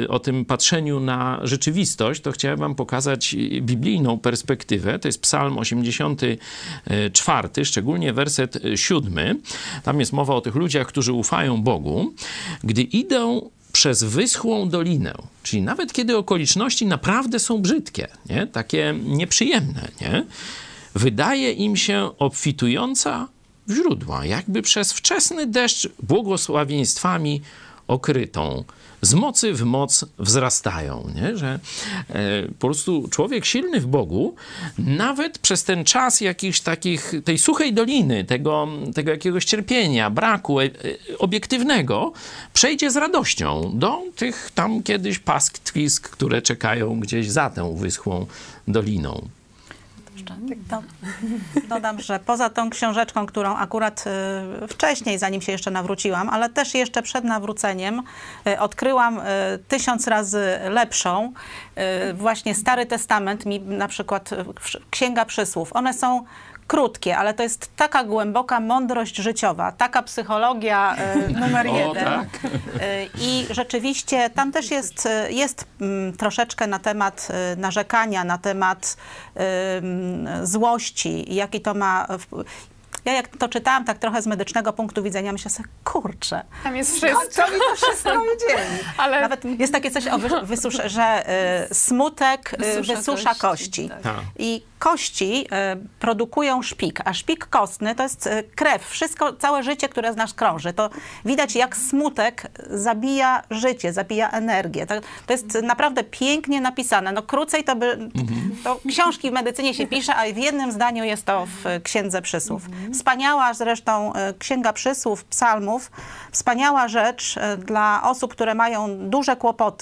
o tym patrzeniu na rzeczywistość, to chciałem wam pokazać biblijną perspektywę. To jest Psalm osiemdziesiąty czwarty, szczególnie werset siódmy. Tam jest mowa o tych ludziach, którzy ufają Bogu. Gdy idą przez wyschłą dolinę, czyli nawet kiedy okoliczności naprawdę są brzydkie, nie? Takie nieprzyjemne, nie? Wydaje im się obfitująca w źródła, jakby przez wczesny deszcz błogosławieństwami okrytą. Z mocy w moc wzrastają, nie? Że e, po prostu człowiek silny w Bogu, nawet przez ten czas jakichś takich, tej suchej doliny, tego, tego jakiegoś cierpienia, braku e, e, obiektywnego, przejdzie z radością do tych tam kiedyś pastwisk, które czekają gdzieś za tą wyschłą doliną. Do, dodam, że poza tą książeczką, którą akurat y, wcześniej, zanim się jeszcze nawróciłam, ale też jeszcze przed nawróceniem, y, odkryłam y, tysiąc razy lepszą, y, właśnie Stary Testament, mi na przykład y, Księga Przysłów. One są krótkie, ale to jest taka głęboka mądrość życiowa, taka psychologia y, numer jeden. O, tak. y, I rzeczywiście tam też jest, jest y, troszeczkę na temat y, narzekania, na temat y, złości, jaki to ma wpływ. Ja jak to czytałam tak trochę z medycznego punktu widzenia, myślę sobie, kurczę, tam jest wszystko. Co mi to wszystko wiedzieli? Ale... Nawet jest takie coś o wysusz, że y, smutek y, wysusza, wysusza kości. kości. Tak. I kości y, produkują szpik, a szpik kostny to jest y, krew. Wszystko, całe życie, które z nas krąży. To widać, jak smutek zabija życie, zabija energię. To, to jest naprawdę pięknie napisane. No krócej to by... Mhm. To książki w medycynie się pisze, a w jednym zdaniu jest to w Księdze Przysłów. Mhm. Wspaniała zresztą Księga Przysłów, Psalmów, wspaniała rzecz dla osób, które mają duże kłopoty,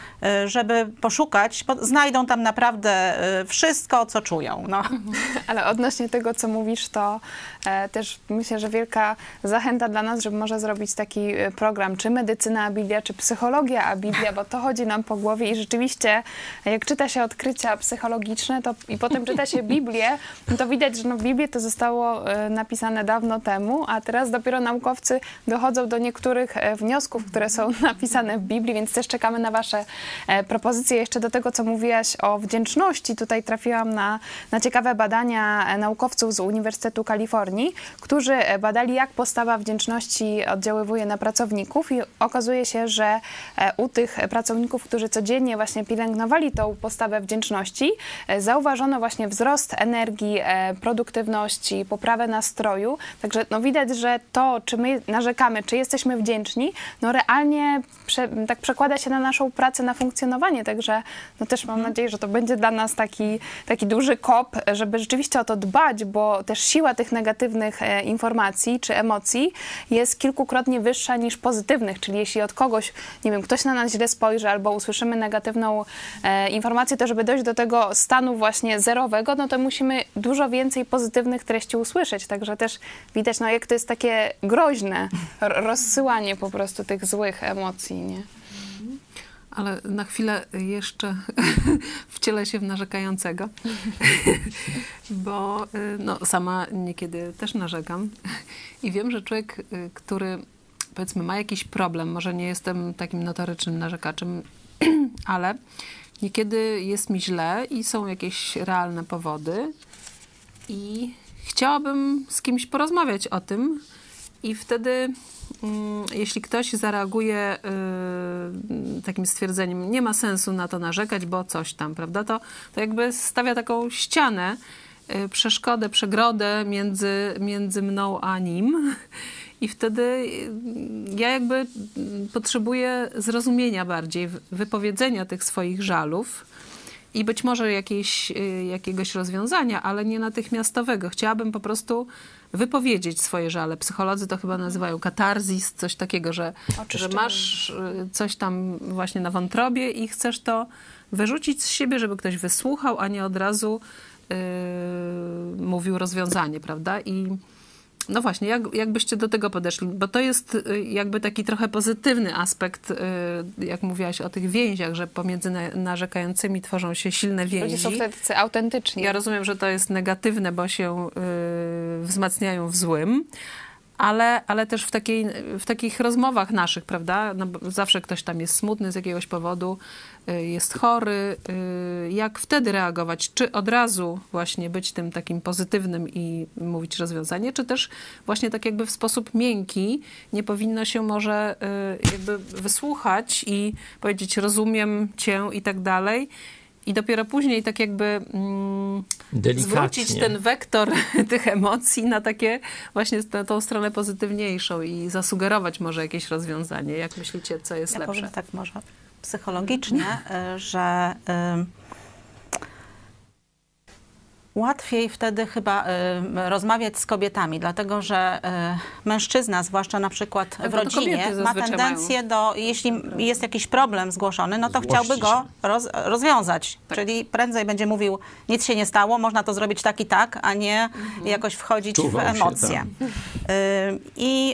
żeby poszukać, bo znajdą tam naprawdę wszystko, co czują. No. Ale odnośnie tego, co mówisz, to e, też myślę, że wielka zachęta dla nas, żeby może zrobić taki program, czy medycyna a Biblia, czy psychologia a Biblia, bo to chodzi nam po głowie i rzeczywiście, jak czyta się odkrycia psychologiczne to, i potem czyta się Biblię, no to widać, że no, w Biblii to zostało e, napisane dawno temu, a teraz dopiero naukowcy dochodzą do niektórych e, wniosków, które są napisane w Biblii, więc też czekamy na wasze propozycje. Jeszcze do tego, co mówiłaś o wdzięczności, tutaj trafiłam na, na ciekawe badania naukowców z Uniwersytetu Kalifornii, którzy badali, jak postawa wdzięczności oddziaływuje na pracowników i okazuje się, że u tych pracowników, którzy codziennie właśnie pielęgnowali tą postawę wdzięczności, zauważono właśnie wzrost energii, produktywności, poprawę nastroju. Także no, widać, że to, czy my narzekamy, czy jesteśmy wdzięczni, no realnie prze, tak przekłada się na naszą pracę, na funkcjonowanie, także no też mam nadzieję, że to będzie dla nas taki, taki duży kop, żeby rzeczywiście o to dbać, bo też siła tych negatywnych e, informacji czy emocji jest kilkukrotnie wyższa niż pozytywnych, czyli jeśli od kogoś, nie wiem, ktoś na nas źle spojrzy albo usłyszymy negatywną e, informację, to żeby dojść do tego stanu właśnie zerowego, no to musimy dużo więcej pozytywnych treści usłyszeć, także też widać, no jak to jest takie groźne rozsyłanie po prostu tych złych emocji, nie? Ale na chwilę jeszcze wcielę się w narzekającego, bo no, sama niekiedy też narzekam i wiem, że człowiek, który powiedzmy ma jakiś problem, może nie jestem takim notorycznym narzekaczem, ale niekiedy jest mi źle i są jakieś realne powody i chciałabym z kimś porozmawiać o tym i wtedy... Jeśli ktoś zareaguje y, takim stwierdzeniem, nie ma sensu na to narzekać, bo coś tam, prawda, to, to jakby stawia taką ścianę, y, przeszkodę, przegrodę między, między mną a nim. I wtedy y, ja jakby potrzebuję zrozumienia bardziej, wypowiedzenia tych swoich żalów i być może jakiejś, y, jakiegoś rozwiązania, ale nie natychmiastowego. Chciałabym po prostu wypowiedzieć swoje żale. Psycholodzy to chyba nazywają katarzis, coś takiego, że, że masz coś tam właśnie na wątrobie i chcesz to wyrzucić z siebie, żeby ktoś wysłuchał, a nie od razu yy, mówił rozwiązanie, prawda? I no właśnie, jak, jak byście do tego podeszli? Bo to jest jakby taki trochę pozytywny aspekt, jak mówiłaś o tych więziach, że pomiędzy narzekającymi tworzą się silne więzi. Ludzie są wtedy autentyczni. Ja rozumiem, że to jest negatywne, bo się y, wzmacniają w złym, ale, ale też w, takiej, w takich rozmowach naszych, prawda? No, zawsze ktoś tam jest smutny z jakiegoś powodu, jest chory. Jak wtedy reagować? Czy od razu właśnie być tym takim pozytywnym i mówić rozwiązanie, czy też właśnie tak jakby w sposób miękki nie powinno się może jakby wysłuchać i powiedzieć rozumiem cię i tak dalej. I dopiero później tak jakby mm, zwrócić ten wektor tych emocji na takie właśnie na tą stronę pozytywniejszą i zasugerować może jakieś rozwiązanie. Jak myślicie, co jest ja lepsze? Powiem tak może psychologicznie, że y, łatwiej wtedy chyba y, rozmawiać z kobietami, dlatego że y, mężczyzna, zwłaszcza na przykład w to rodzinie, ma tendencję mają. do, jeśli jest jakiś problem zgłoszony, no to Złości chciałby go się. roz, rozwiązać. Tak. Czyli prędzej będzie mówił, nic się nie stało, można to zrobić tak i tak, a nie mhm. jakoś wchodzić Czuwał w emocje. Się, y, I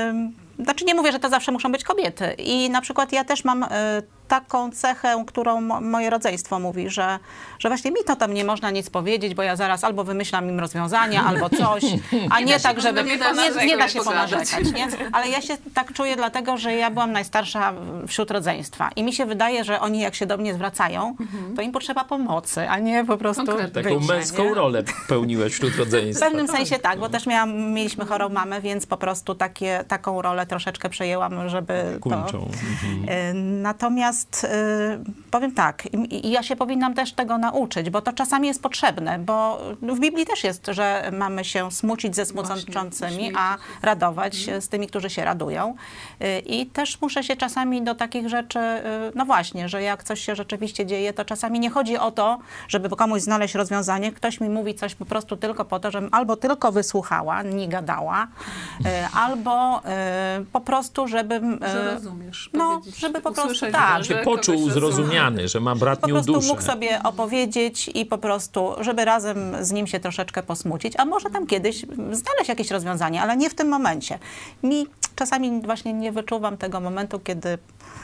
y, znaczy nie mówię, że to zawsze muszą być kobiety. I na przykład ja też mam y, taką cechę, którą moje rodzeństwo mówi, że, że właśnie mi to tam nie można nic powiedzieć, bo ja zaraz albo wymyślam im rozwiązania, albo coś, a nie, nie tak, żeby... Nie, nie, nie da się ponarzekać, nie? Ale ja się tak czuję dlatego, że ja byłam najstarsza wśród rodzeństwa i mi się wydaje, że oni jak się do mnie zwracają, to im potrzeba pomocy, a nie po prostu Konkretnie. Taką bycia, męską nie? rolę pełniłeś wśród rodzeństwa. W pewnym sensie tak, bo też miałam, mieliśmy chorą mamę, więc po prostu takie, taką rolę troszeczkę przejęłam, żeby Kuńczą. to... Mhm. Natomiast y, powiem tak, i, i ja się powinnam też tego nauczyć, bo to czasami jest potrzebne, bo w Biblii też jest, że mamy się smucić ze smucącymi, a radować mhm. z tymi, którzy się radują. Y, I też muszę się czasami do takich rzeczy, y, no właśnie, że jak coś się rzeczywiście dzieje, to czasami nie chodzi o to, żeby komuś znaleźć rozwiązanie. Ktoś mi mówi coś po prostu tylko po to, żebym albo tylko wysłuchała, nie gadała, y, albo y, po prostu, żebym... Y, że rozumiesz. No, żeby po prostu tak. Się poczuł zrozumiany, że ma bratnią duszę. Po prostu duszę. mógł sobie opowiedzieć i po prostu, żeby razem z nim się troszeczkę posmucić, a może tam kiedyś znaleźć jakieś rozwiązanie, ale nie w tym momencie. Mi czasami właśnie nie wyczuwam tego momentu, kiedy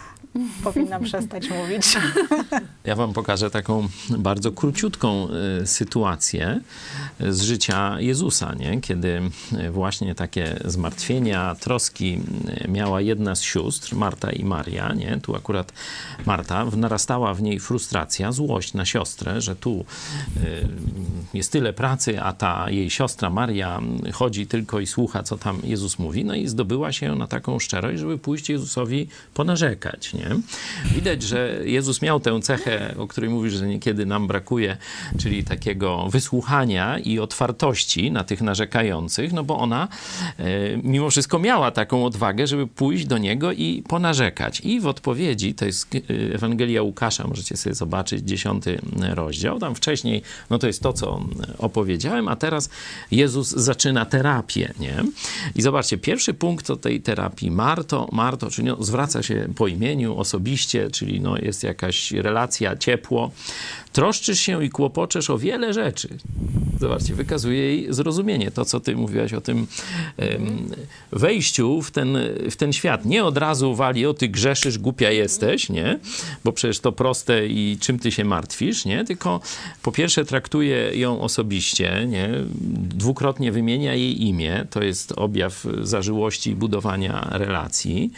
powinnam przestać mówić. Ja wam pokażę taką bardzo króciutką y, sytuację z życia Jezusa, nie? Kiedy właśnie takie zmartwienia, troski miała jedna z sióstr, Marta i Maria, nie? Tu akurat Marta, narastała w niej frustracja, złość na siostrę, że tu y, jest tyle pracy, a ta jej siostra Maria chodzi tylko i słucha, co tam Jezus mówi, no i zdobyła się na taką szczerość, żeby pójść Jezusowi ponarzekać, nie? Widać, że Jezus miał tę cechę, o której mówisz, że niekiedy nam brakuje, czyli takiego wysłuchania i otwartości na tych narzekających, no bo ona e, mimo wszystko miała taką odwagę, żeby pójść do Niego i ponarzekać. I w odpowiedzi, to jest Ewangelia Łukasza, możecie sobie zobaczyć, dziesiąty rozdział, tam wcześniej, no to jest to, co opowiedziałem, a teraz Jezus zaczyna terapię, nie? I zobaczcie, pierwszy punkt o tej terapii, Marto, Marto, czyli no, zwraca się po imieniu, osobiście, czyli no, jest jakaś relacja, ciepło. Troszczysz się i kłopoczesz o wiele rzeczy. Zobaczcie, wykazuje jej zrozumienie. To, co ty mówiłaś o tym um, wejściu w ten, w ten świat. Nie od razu wali, o ty grzeszysz, głupia jesteś, nie? Bo przecież to proste i czym ty się martwisz, nie? Tylko po pierwsze traktuje ją osobiście, nie? Dwukrotnie wymienia jej imię. To jest objaw zażyłości i budowania relacji.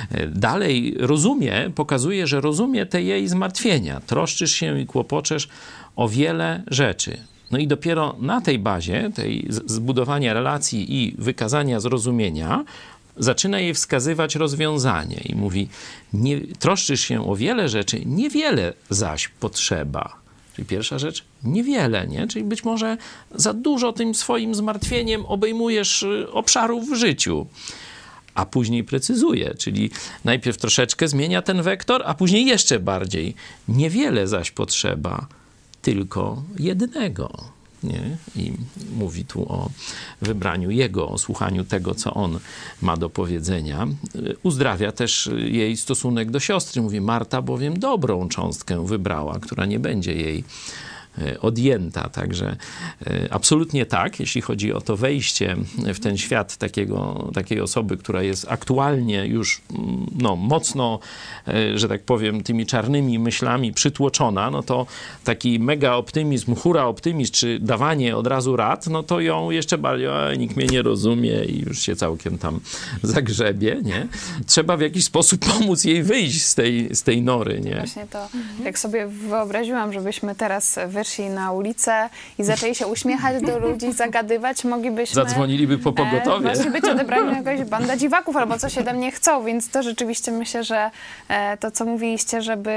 Dalej rozumie, pokazuje, że rozumie te jej zmartwienia. Troszczysz się i kłopoczesz o wiele rzeczy. No i dopiero na tej bazie, tej zbudowania relacji i wykazania zrozumienia, zaczyna jej wskazywać rozwiązanie i mówi, nie, troszczysz się o wiele rzeczy, niewiele zaś potrzeba. Czyli pierwsza rzecz, niewiele, nie? Czyli być może za dużo tym swoim zmartwieniem obejmujesz obszarów w życiu. A później precyzuje, czyli najpierw troszeczkę zmienia ten wektor, a później jeszcze bardziej. Niewiele zaś potrzeba, tylko jednego. Nie? I mówi tu o wybraniu Jego, o słuchaniu tego, co On ma do powiedzenia. Uzdrawia też jej stosunek do siostry. Mówi, Marta bowiem dobrą cząstkę wybrała, która nie będzie jej odjęta. Także absolutnie tak, jeśli chodzi o to wejście w ten świat takiego, takiej osoby, która jest aktualnie już no, mocno, że tak powiem, tymi czarnymi myślami przytłoczona, no to taki mega optymizm, hura optymizm, czy dawanie od razu rad, no to ją jeszcze bardziej, a, nikt mnie nie rozumie i już się całkiem tam zagrzebie, nie? Trzeba w jakiś sposób pomóc jej wyjść z tej, z tej nory, nie? Właśnie to, jak sobie wyobraziłam, żebyśmy teraz wyszli na ulicę i zaczęli się uśmiechać do ludzi, zagadywać, moglibyśmy... Zadzwoniliby po pogotowie. E, właśnie być odebrani jakaś banda dziwaków albo coś ode mnie chcą, więc to rzeczywiście myślę, że e, to, co mówiliście, żeby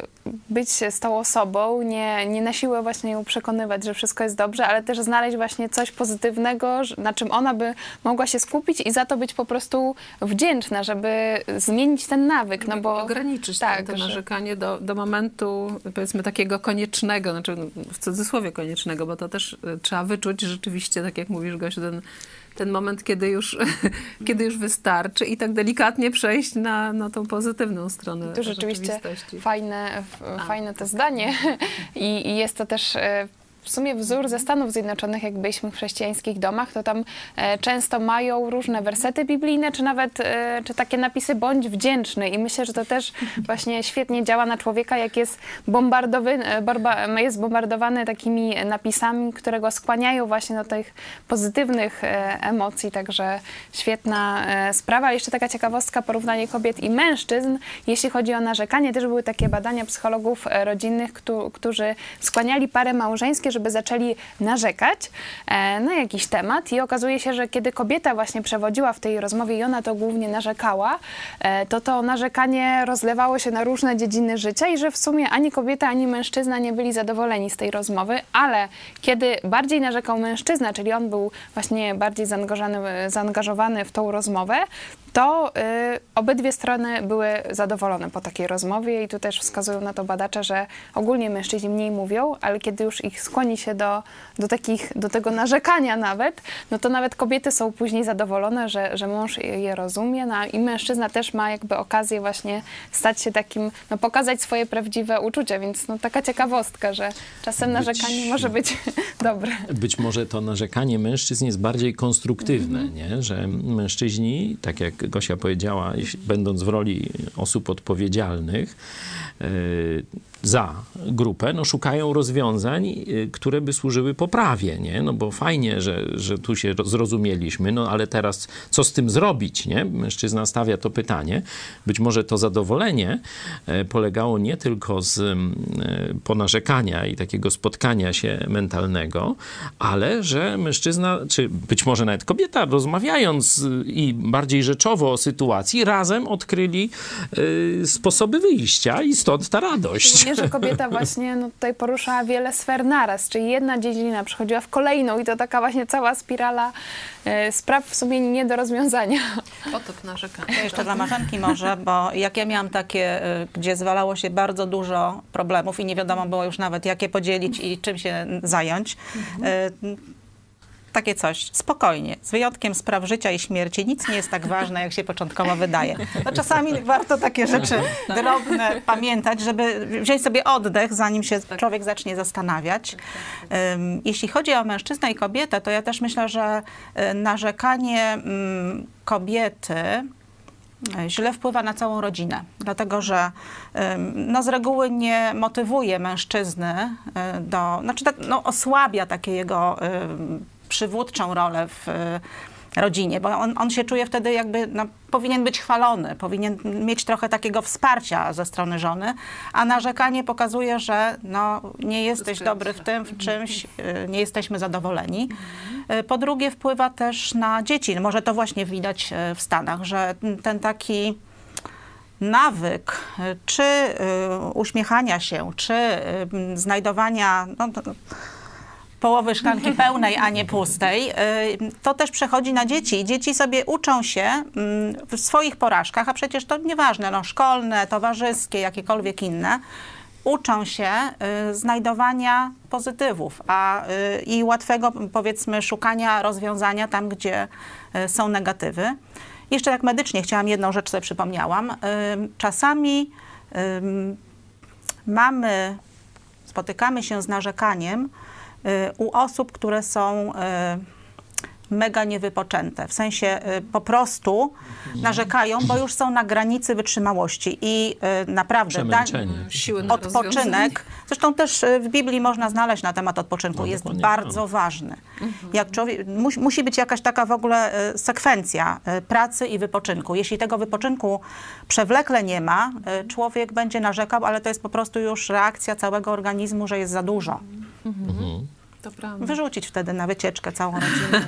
być z tą osobą, nie, nie na siłę właśnie ją przekonywać, że wszystko jest dobrze, ale też znaleźć właśnie coś pozytywnego, na czym ona by mogła się skupić i za to być po prostu wdzięczna, żeby zmienić ten nawyk, no bo... Ograniczyć tak, to że... narzekanie do, do momentu, powiedzmy, takiego koniecznego, znaczy w cudzysłowie koniecznego, bo to też trzeba wyczuć rzeczywiście, tak jak mówisz, Gosiu, ten, ten moment, kiedy już, kiedy już wystarczy i tak delikatnie przejść na, na tą pozytywną stronę. To rzeczywiście fajne, fajne to zdanie I, i jest to też... W sumie wzór ze Stanów Zjednoczonych, jak byliśmy w chrześcijańskich domach, to tam e, często mają różne wersety biblijne, czy nawet e, czy takie napisy bądź wdzięczny. I myślę, że to też właśnie świetnie działa na człowieka, jak jest bombardowany, barba, jest bombardowany takimi napisami, które go skłaniają właśnie do tych pozytywnych e, emocji. Także świetna e, sprawa. Ale jeszcze taka ciekawostka, porównanie kobiet i mężczyzn. Jeśli chodzi o narzekanie, też były takie badania psychologów rodzinnych, któ, którzy skłaniali pary małżeńskie, żeby zaczęli narzekać e, na jakiś temat i okazuje się, że kiedy kobieta właśnie przewodziła w tej rozmowie i ona to głównie narzekała, e, to to narzekanie rozlewało się na różne dziedziny życia i że w sumie ani kobieta, ani mężczyzna nie byli zadowoleni z tej rozmowy, ale kiedy bardziej narzekał mężczyzna, czyli on był właśnie bardziej zaangażowany, zaangażowany w tą rozmowę, to y, obydwie strony były zadowolone po takiej rozmowie i tu też wskazują na to badacze, że ogólnie mężczyźni mniej mówią, ale kiedy już ich skłoni się do, do, takich, do tego narzekania nawet, no to nawet kobiety są później zadowolone, że, że mąż je rozumie, no i mężczyzna też ma jakby okazję właśnie stać się takim, no pokazać swoje prawdziwe uczucia, więc no taka ciekawostka, że czasem być, narzekanie może być dobre. Być może to narzekanie mężczyzn jest bardziej konstruktywne, mm-hmm. nie? Że mężczyźni, tak jak Gosia powiedziała, będąc w roli osób odpowiedzialnych yy, za grupę, no szukają rozwiązań, yy, które by służyły poprawie, nie? No bo fajnie, że, że tu się zrozumieliśmy, no ale teraz co z tym zrobić, nie? Mężczyzna stawia to pytanie. Być może to zadowolenie yy, polegało nie tylko z yy, ponarzekania i takiego spotkania się mentalnego, ale że mężczyzna, czy być może nawet kobieta, rozmawiając yy, i bardziej rzeczowo o sytuacji, razem odkryli y, sposoby wyjścia i stąd ta radość. Szczególnie, że kobieta właśnie no, tutaj poruszała wiele sfer naraz, czyli jedna dziedzina przechodziła w kolejną i to taka właśnie cała spirala y, spraw w sumie nie do rozwiązania. Potop narzekania. To jeszcze dla Marzenki może, bo jak ja miałam takie, y, gdzie zwalało się bardzo dużo problemów i nie wiadomo było już nawet jak je podzielić i czym się zająć, y, takie coś, spokojnie, z wyjątkiem spraw życia i śmierci, nic nie jest tak ważne, jak się początkowo wydaje. No czasami warto takie rzeczy drobne pamiętać, żeby wziąć sobie oddech, zanim się człowiek zacznie zastanawiać. Um, jeśli chodzi o mężczyznę i kobietę, to ja też myślę, że narzekanie um, kobiety źle wpływa na całą rodzinę, dlatego że no, z reguły nie motywuje mężczyzny do, znaczy no, osłabia takie jego przywódczą rolę w rodzinie, bo on, on się czuje wtedy jakby, no, powinien być chwalony, powinien mieć trochę takiego wsparcia ze strony żony, a narzekanie pokazuje, że no, nie jesteś dobry w tym, w czymś, nie jesteśmy zadowoleni. Po drugie, wpływa też na dzieci. Może to właśnie widać w Stanach, że ten taki nawyk, czy uśmiechania się, czy znajdowania no, połowy szklanki pełnej, a nie pustej, to też przechodzi na dzieci. Dzieci sobie uczą się w swoich porażkach, a przecież to nieważne, no, szkolne, towarzyskie, jakiekolwiek inne, uczą się y, znajdowania pozytywów a, y, i łatwego, powiedzmy, szukania rozwiązania tam, gdzie y, są negatywy. Jeszcze tak medycznie chciałam jedną rzecz, sobie przypomniałam. Y, czasami y, mamy spotykamy się z narzekaniem u osób, które są mega niewypoczęte. W sensie po prostu narzekają, bo już są na granicy wytrzymałości i naprawdę da, siły na odpoczynek, zresztą też w Biblii można znaleźć na temat odpoczynku, no, jest bardzo tak. ważny. Mhm. Jak człowiek, musi, musi być jakaś taka w ogóle sekwencja pracy i wypoczynku. Jeśli tego wypoczynku przewlekle nie ma, człowiek będzie narzekał, ale to jest po prostu już reakcja całego organizmu, że jest za dużo. Mhm. Mhm. To prawda. Wyrzucić wtedy na wycieczkę całą rodzinę.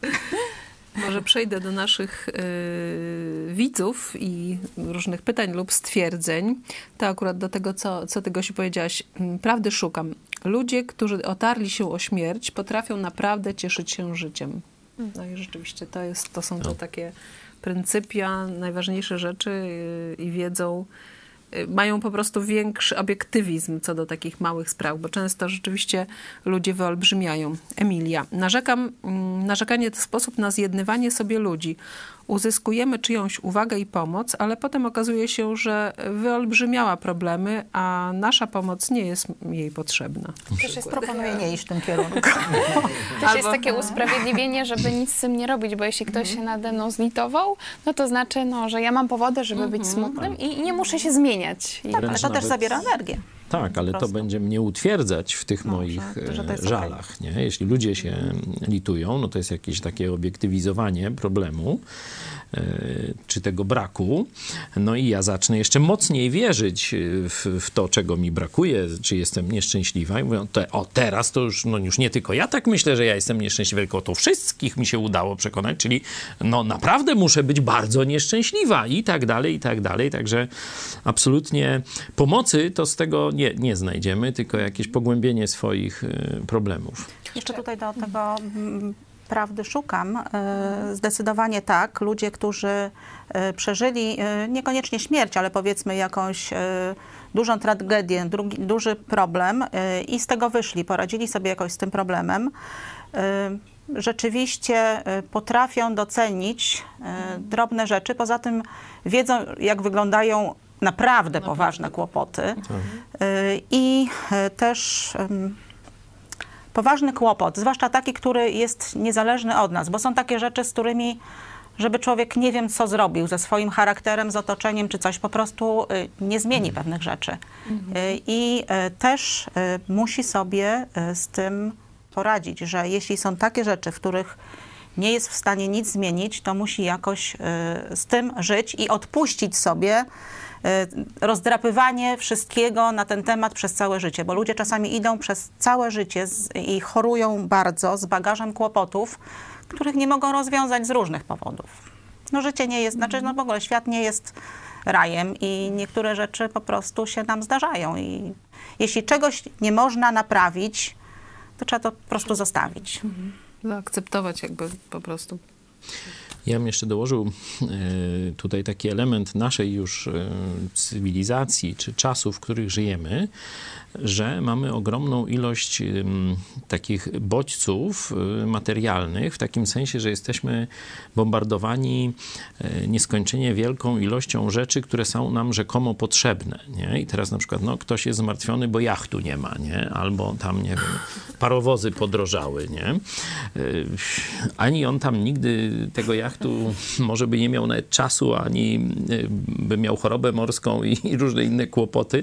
Może przejdę do naszych y, widzów i różnych pytań lub stwierdzeń. To akurat do tego, co, co ty, Gosiu, powiedziałaś. Prawdy szukam. Ludzie, którzy otarli się o śmierć, potrafią naprawdę cieszyć się życiem. No i rzeczywiście to, jest, to są to takie pryncypia, najważniejsze rzeczy y, i wiedzą. Mają po prostu większy obiektywizm co do takich małych spraw, bo często rzeczywiście ludzie wyolbrzymiają. Emilia. Narzekam, narzekanie to sposób na zjednywanie sobie ludzi. Uzyskujemy czyjąś uwagę i pomoc, ale potem okazuje się, że wyolbrzymiała problemy, a nasza pomoc nie jest jej potrzebna. Też jest, proponuję nie iść w tym kierunku. Też Albo... jest takie usprawiedliwienie, żeby nic z tym nie robić, bo jeśli ktoś się nade mną zlitował, no to znaczy, no, że ja mam powody, żeby być smutnym i nie muszę się zmieniać. Tak, ale to nawet... też zabiera energię. Tak, ale to będzie mnie utwierdzać w tych no, moich że, że żalach. Okay. Nie? Jeśli ludzie się litują, no to jest jakieś takie obiektywizowanie problemu, czy tego braku, no i ja zacznę jeszcze mocniej wierzyć w, w to, czego mi brakuje, czy jestem nieszczęśliwa i mówią, te, o teraz to już, no już nie tylko ja tak myślę, że ja jestem nieszczęśliwa, tylko to wszystkich mi się udało przekonać, czyli no naprawdę muszę być bardzo nieszczęśliwa i tak dalej, i tak dalej, także absolutnie pomocy to z tego nie, nie znajdziemy, tylko jakieś pogłębienie swoich problemów. Jeszcze tutaj do tego prawdy szukam. Zdecydowanie tak. Ludzie, którzy przeżyli niekoniecznie śmierć, ale powiedzmy jakąś dużą tragedię, drugi, duży problem i z tego wyszli, poradzili sobie jakoś z tym problemem, rzeczywiście potrafią docenić drobne rzeczy. Poza tym wiedzą, jak wyglądają naprawdę, naprawdę. poważne kłopoty. Mhm. I też poważny kłopot, zwłaszcza taki, który jest niezależny od nas, bo są takie rzeczy, z którymi, żeby człowiek nie wiem, co zrobił ze swoim charakterem, z otoczeniem, czy coś, po prostu nie zmieni pewnych rzeczy. Mhm. I też musi sobie z tym poradzić, że jeśli są takie rzeczy, w których nie jest w stanie nic zmienić, to musi jakoś z tym żyć i odpuścić sobie rozdrapywanie wszystkiego na ten temat przez całe życie, bo ludzie czasami idą przez całe życie z, i chorują bardzo z bagażem kłopotów, których nie mogą rozwiązać z różnych powodów. No życie nie jest, znaczy no w ogóle świat nie jest rajem i niektóre rzeczy po prostu się nam zdarzają i jeśli czegoś nie można naprawić, to trzeba to po prostu zostawić. Mhm. Zaakceptować jakby po prostu. Ja bym jeszcze dołożył y, tutaj taki element naszej już y, cywilizacji, czy czasów, w których żyjemy, że mamy ogromną ilość y, takich bodźców y, materialnych, w takim sensie, że jesteśmy bombardowani y, nieskończenie wielką ilością rzeczy, które są nam rzekomo potrzebne. Nie? I teraz na przykład no, ktoś jest zmartwiony, bo jachtu nie ma, nie? Albo tam, nie wiem, parowozy podrożały. Nie? Y, ani on tam nigdy tego jachtu może by nie miał nawet czasu, ani by miał chorobę morską i, i różne inne kłopoty.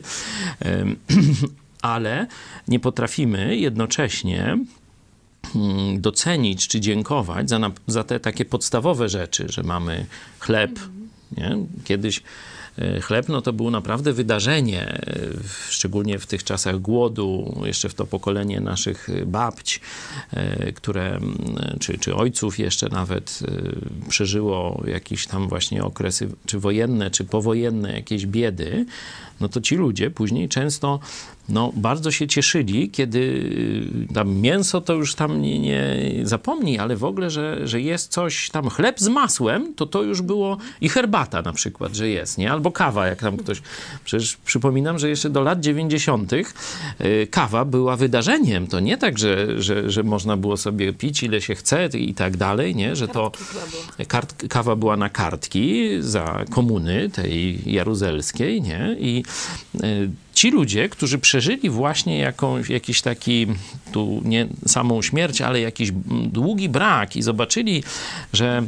Ale nie potrafimy jednocześnie docenić czy dziękować za, za te takie podstawowe rzeczy, że mamy chleb. Nie? Kiedyś chleb no to było naprawdę wydarzenie, szczególnie w tych czasach głodu, jeszcze w to pokolenie naszych babć, które, czy, czy ojców jeszcze nawet przeżyło jakieś tam właśnie okresy, czy wojenne, czy powojenne jakieś biedy, no to ci ludzie później często no, bardzo się cieszyli, kiedy tam mięso to już tam nie, nie zapomnij, ale w ogóle, że, że jest coś tam, chleb z masłem, to to już było i herbata na przykład, że jest, nie? Albo kawa, jak tam ktoś... Przecież przypominam, że jeszcze do lat dziewięćdziesiątych kawa była wydarzeniem. To nie tak, że, że, że można było sobie pić ile się chce i tak dalej, nie? Że to kart, kawa była na kartki za komuny tej jaruzelskiej, nie? I ci ludzie, którzy przeżyli właśnie jakąś, jakiś taki, tu nie samą śmierć, ale jakiś długi brak i zobaczyli, że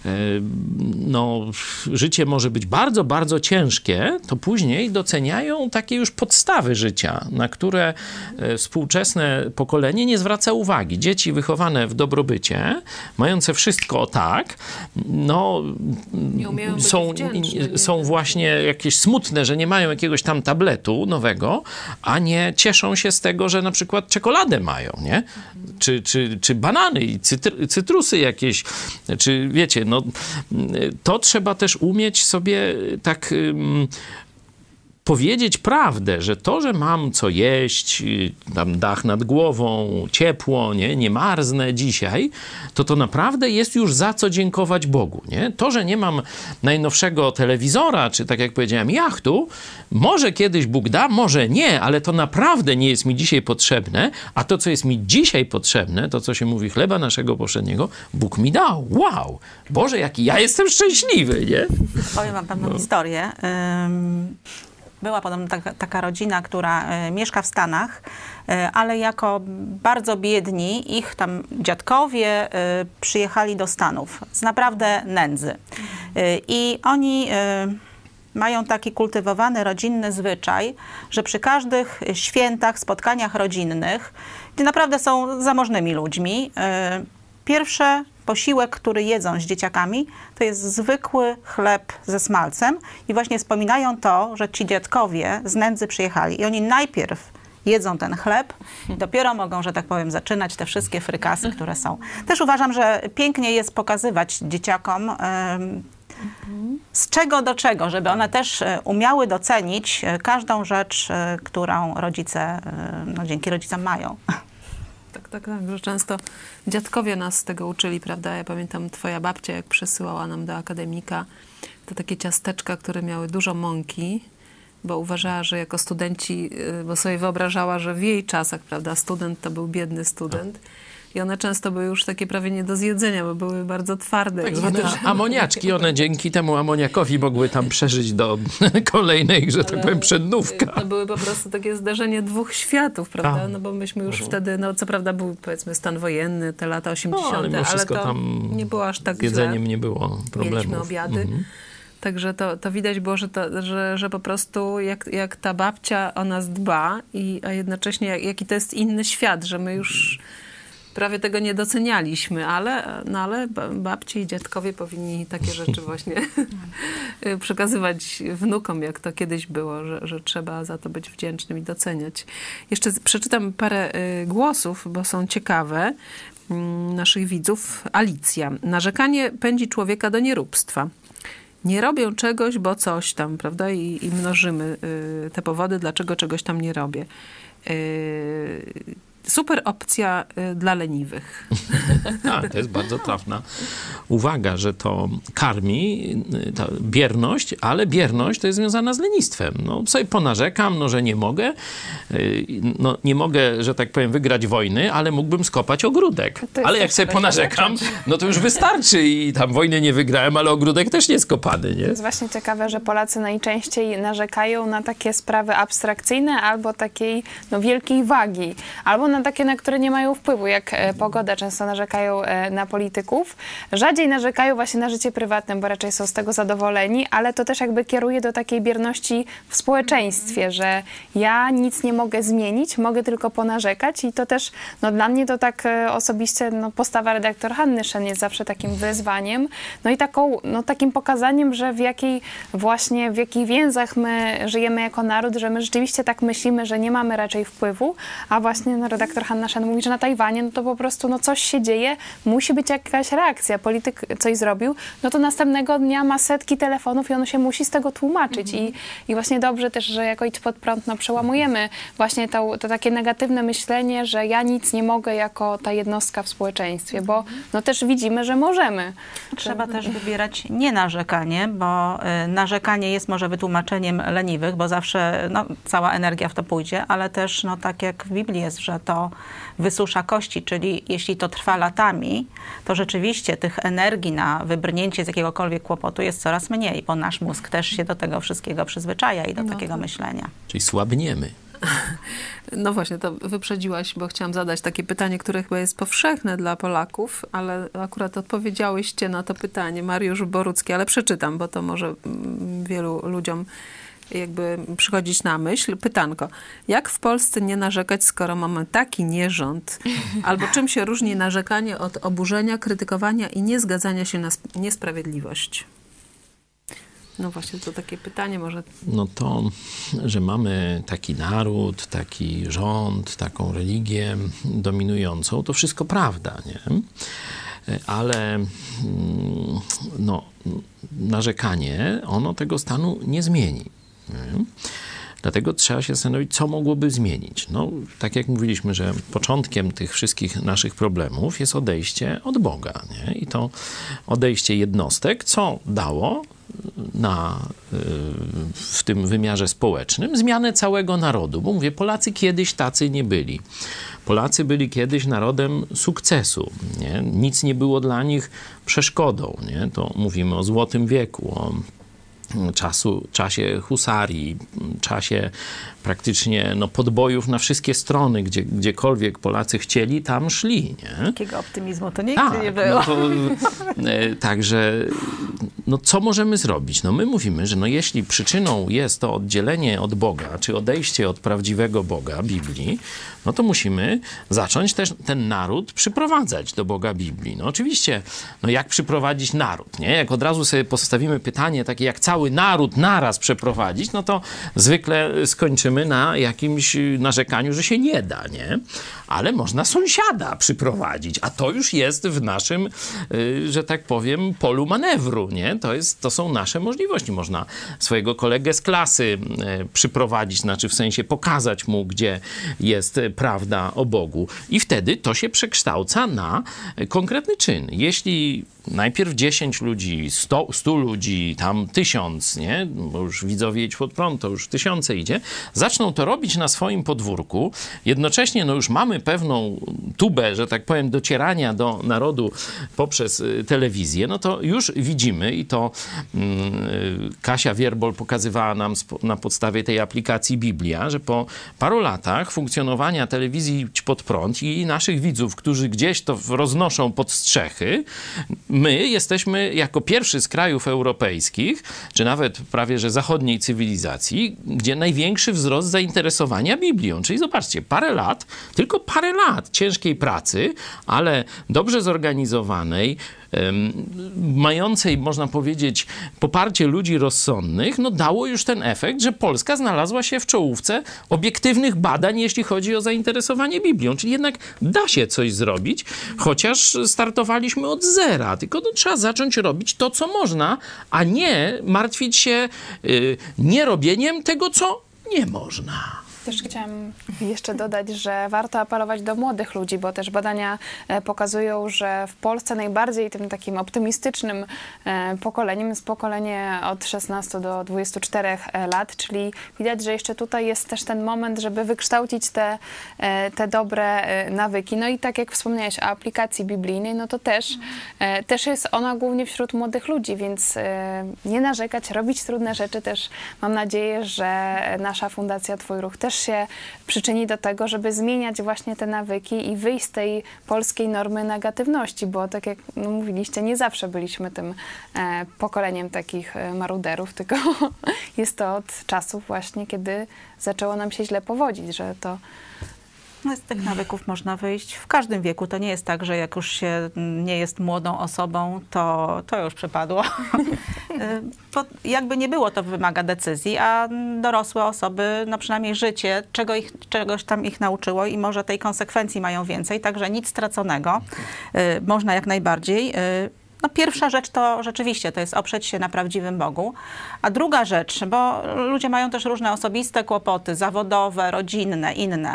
no, życie może być bardzo, bardzo ciężkie, to później doceniają takie już podstawy życia, na które współczesne pokolenie nie zwraca uwagi. Dzieci wychowane w dobrobycie, mające wszystko tak, no są, są właśnie jakieś smutne, że nie mają jakiegoś tam tabletu nowego, a nie cieszą się z tego, że na przykład czekoladę mają, nie? Czy, czy, czy banany i cytr- cytrusy jakieś, czy wiecie, no to trzeba też umieć sobie tak um, powiedzieć prawdę, że to, że mam co jeść, tam dach nad głową, ciepło, nie, nie marznę dzisiaj, to to naprawdę jest już za co dziękować Bogu, nie? To, że nie mam najnowszego telewizora, czy tak jak powiedziałem, jachtu, może kiedyś Bóg da, może nie, ale to naprawdę nie jest mi dzisiaj potrzebne, a to, co jest mi dzisiaj potrzebne, to, co się mówi chleba naszego powszedniego, Bóg mi dał. Wow! Boże, jaki ja jestem szczęśliwy, nie? Powiem wam pewną no. historię. Um... Była podobno taka, taka rodzina, która y, mieszka w Stanach, y, ale jako bardzo biedni, ich tam dziadkowie y, przyjechali do Stanów z naprawdę nędzy. Y, I oni y, mają taki kultywowany rodzinny zwyczaj, że przy każdych świętach, spotkaniach rodzinnych, gdzie naprawdę są zamożnymi ludźmi, y, pierwsze posiłek, który jedzą z dzieciakami, to jest zwykły chleb ze smalcem i właśnie wspominają to, że ci dziadkowie z nędzy przyjechali i oni najpierw jedzą ten chleb i dopiero mogą, że tak powiem, zaczynać te wszystkie frykasy, które są. Też uważam, że pięknie jest pokazywać dzieciakom um, z czego do czego, żeby one też umiały docenić każdą rzecz, którą rodzice, no, dzięki rodzicom mają. Tak, tak, tak, że często dziadkowie nas z tego uczyli, prawda? Ja pamiętam, twoja babcia, jak przysyłała nam do akademika, to takie ciasteczka, które miały dużo mąki, bo uważała, że jako studenci, bo sobie wyobrażała, że w jej czasach, prawda, student to był biedny student. I one często były już takie prawie nie do zjedzenia, bo były bardzo twarde. Tak zwane amoniaczki, one dzięki temu amoniakowi mogły tam przeżyć do kolejnej, że ale tak powiem, przednówka. To były po prostu takie zdarzenie dwóch światów, prawda? No bo myśmy już mhm. wtedy, no co prawda był powiedzmy stan wojenny, te lata osiemdziesiąte, no, ale, ale to tam nie było aż tak źle. Z jedzeniem nie było problemów. Mieliśmy obiady. Mhm. Także to, to widać było, że, to, że, że po prostu jak, jak ta babcia o nas dba, i, a jednocześnie jak, jaki to jest inny świat, że my już prawie tego nie docenialiśmy, ale, no ale babci i dziadkowie powinni takie rzeczy właśnie przekazywać wnukom, jak to kiedyś było, że, że trzeba za to być wdzięcznym i doceniać. Jeszcze przeczytam parę głosów, bo są ciekawe, naszych widzów. Alicja. Narzekanie pędzi człowieka do nieróbstwa. Nie robię czegoś, bo coś tam, prawda? I, i mnożymy y, te powody, dlaczego czegoś tam nie robię. Y, Super opcja y, dla leniwych. A, to jest bardzo trafna uwaga, że to karmi y, ta bierność, ale bierność to jest związana z lenistwem. No sobie ponarzekam, no, że nie mogę. Y, no nie mogę, że tak powiem, wygrać wojny, ale mógłbym skopać ogródek. Ale jak sobie ponarzekam, no to już wystarczy i tam wojny nie wygrałem, ale ogródek też nie skopany, nie? To jest właśnie ciekawe, że Polacy najczęściej narzekają na takie sprawy abstrakcyjne albo takiej no, wielkiej wagi, albo na takie, na które nie mają wpływu, jak e, pogoda. Często narzekają e, na polityków. Rzadziej narzekają właśnie na życie prywatne, bo raczej są z tego zadowoleni, ale to też jakby kieruje do takiej bierności w społeczeństwie, że ja nic nie mogę zmienić, mogę tylko ponarzekać i to też, no dla mnie to tak e, osobiście, no postawa redaktor Hanny Szen jest zawsze takim wyzwaniem, no i taką, no takim pokazaniem, że w jakiej właśnie, w jakich więzach my żyjemy jako naród, że my rzeczywiście tak myślimy, że nie mamy raczej wpływu, a właśnie no, redaktor Hanna Szen mówi, że na Tajwanie no to po prostu no coś się dzieje, musi być jakaś reakcja. Polityk coś zrobił, no to następnego dnia ma setki telefonów i on się musi z tego tłumaczyć. Mhm. I, I właśnie dobrze też, że jako Idź Pod Prąd no, przełamujemy właśnie to, to takie negatywne myślenie, że ja nic nie mogę jako ta jednostka w społeczeństwie, bo no też widzimy, że możemy. Trzeba też wybierać nie narzekanie, bo y, narzekanie jest może wytłumaczeniem leniwych, bo zawsze no, cała energia w to pójdzie, ale też no, tak jak w Biblii jest, że to to wysusza kości, czyli jeśli to trwa latami, to rzeczywiście tych energii na wybrnięcie z jakiegokolwiek kłopotu jest coraz mniej, bo nasz mózg też się do tego wszystkiego przyzwyczaja i do No takiego tak. myślenia. Czyli słabniemy. No właśnie, to wyprzedziłaś, bo chciałam zadać takie pytanie, które chyba jest powszechne dla Polaków, ale akurat odpowiedziałyście na to pytanie, Mariusz Borucki, ale przeczytam, bo to może mm, wielu ludziom jakby przychodzić na myśl. Pytanko, jak w Polsce nie narzekać, skoro mamy taki nierząd? Albo czym się różni narzekanie od oburzenia, krytykowania i niezgadzania się na sp- niesprawiedliwość? No właśnie, to takie pytanie może... No to, że mamy taki naród, taki rząd, taką religię dominującą, to wszystko prawda, nie? Ale no, narzekanie, ono tego stanu nie zmieni. Nie? Dlatego trzeba się zastanowić, co mogłoby zmienić. No, tak jak mówiliśmy, że początkiem tych wszystkich naszych problemów jest odejście od Boga. Nie? I to odejście jednostek, co dało na, w tym wymiarze społecznym zmianę całego narodu. Bo mówię, Polacy kiedyś tacy nie byli. Polacy byli kiedyś narodem sukcesu. Nie? Nic nie było dla nich przeszkodą. Nie? To mówimy o Złotym Wieku, o Czasu, czasie husarii, czasie praktycznie no, podbojów na wszystkie strony, gdzie, gdziekolwiek Polacy chcieli, tam szli. Nie? Takiego optymizmu to nigdy Tak, nie było. no to, e, także no, co możemy zrobić? No, my mówimy, że no, jeśli przyczyną jest to oddzielenie od Boga, czy odejście od prawdziwego Boga, Biblii, no to musimy zacząć też ten naród przyprowadzać do Boga Biblii. No oczywiście, no jak przyprowadzić naród, nie? Jak od razu sobie postawimy pytanie takie, jak cały naród naraz przeprowadzić, no to zwykle skończymy na jakimś narzekaniu, że się nie da, nie? Ale można sąsiada przyprowadzić, a to już jest w naszym, że tak powiem, polu manewru, nie? To jest, to są nasze możliwości. Można swojego kolegę z klasy przyprowadzić, znaczy w sensie pokazać mu, gdzie jest prawda o Bogu. I wtedy to się przekształca na konkretny czyn. Jeśli najpierw dziesięć ludzi, sto, stu ludzi, tam tysiąc, nie? Bo już widzowie Idź Pod Prąd, to już tysiące idzie, zaczną to robić na swoim podwórku, jednocześnie no już mamy pewną tubę, że tak powiem, docierania do narodu poprzez telewizję, no to już widzimy i to mm, Kasia Wierbol pokazywała nam na podstawie tej aplikacji Biblia, że po paru latach funkcjonowania telewizji Idź Pod Prąd i naszych widzów, którzy gdzieś to roznoszą pod strzechy, my jesteśmy jako pierwszy z krajów europejskich, czy nawet prawie że zachodniej cywilizacji, gdzie największy wzrost zainteresowania Biblią. Czyli zobaczcie, parę lat, tylko parę lat ciężkiej pracy, ale dobrze zorganizowanej, mającej, można powiedzieć, poparcie ludzi rozsądnych, no dało już ten efekt, że Polska znalazła się w czołówce obiektywnych badań, jeśli chodzi o zainteresowanie Biblią. Czyli jednak da się coś zrobić, chociaż startowaliśmy od zera. Tylko no, trzeba zacząć robić to, co można, a nie martwić się y, nierobieniem tego, co nie można. Też chciałam jeszcze dodać, że warto apelować do młodych ludzi, bo też badania pokazują, że w Polsce najbardziej tym takim optymistycznym pokoleniem jest pokolenie od szesnastu do dwudziestu czterech lat, czyli widać, że jeszcze tutaj jest też ten moment, żeby wykształcić te, te dobre nawyki. No i tak jak wspomniałeś o aplikacji biblijnej, no to też, też jest ona głównie wśród młodych ludzi, więc nie narzekać, robić trudne rzeczy też. Mam nadzieję, że nasza Fundacja Twój Ruch też się przyczyni do tego, żeby zmieniać właśnie te nawyki i wyjść z tej polskiej normy negatywności, bo tak jak no, mówiliście, nie zawsze byliśmy tym e, pokoleniem takich e, maruderów, tylko jest to od czasów właśnie, kiedy zaczęło nam się źle powodzić, że to No, z tych nawyków można wyjść w każdym wieku. To nie jest tak, że jak już się nie jest młodą osobą, to, to już przepadło. To jakby nie było, to wymaga decyzji, a dorosłe osoby, no przynajmniej życie, czego ich, czegoś tam ich nauczyło i może tej konsekwencji mają więcej, także nic straconego. Można jak najbardziej. No pierwsza rzecz to rzeczywiście to jest oprzeć się na prawdziwym Bogu, a druga rzecz, bo ludzie mają też różne osobiste kłopoty, zawodowe, rodzinne, inne.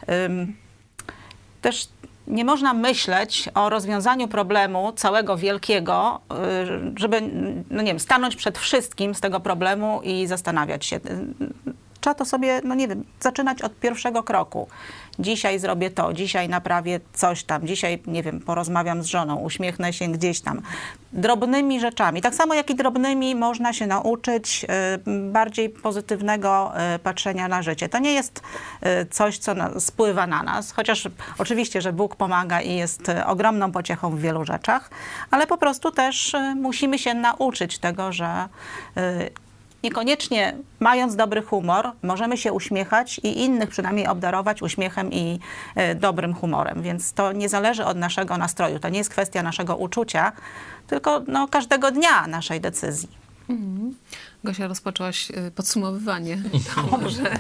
Też nie można myśleć o rozwiązaniu problemu całego wielkiego, żeby, no nie wiem, stanąć przed wszystkim z tego problemu i zastanawiać się. trzeba to sobie, no nie wiem, zaczynać od pierwszego kroku. Dzisiaj zrobię to, dzisiaj naprawię coś tam, dzisiaj, nie wiem, porozmawiam z żoną, uśmiechnę się gdzieś tam. Drobnymi rzeczami. Tak samo jak i drobnymi można się nauczyć y, bardziej pozytywnego y, patrzenia na życie. To nie jest y, coś, co na, spływa na nas, chociaż oczywiście, że Bóg pomaga i jest y, ogromną pociechą w wielu rzeczach, ale po prostu też y, musimy się nauczyć tego, że y, niekoniecznie mając dobry humor, możemy się uśmiechać i innych przynajmniej obdarować uśmiechem i y, dobrym humorem. Więc to nie zależy od naszego nastroju. To nie jest kwestia naszego uczucia, tylko no, każdego dnia naszej decyzji. Mhm. Gosia, rozpoczęłaś y, podsumowywanie. To może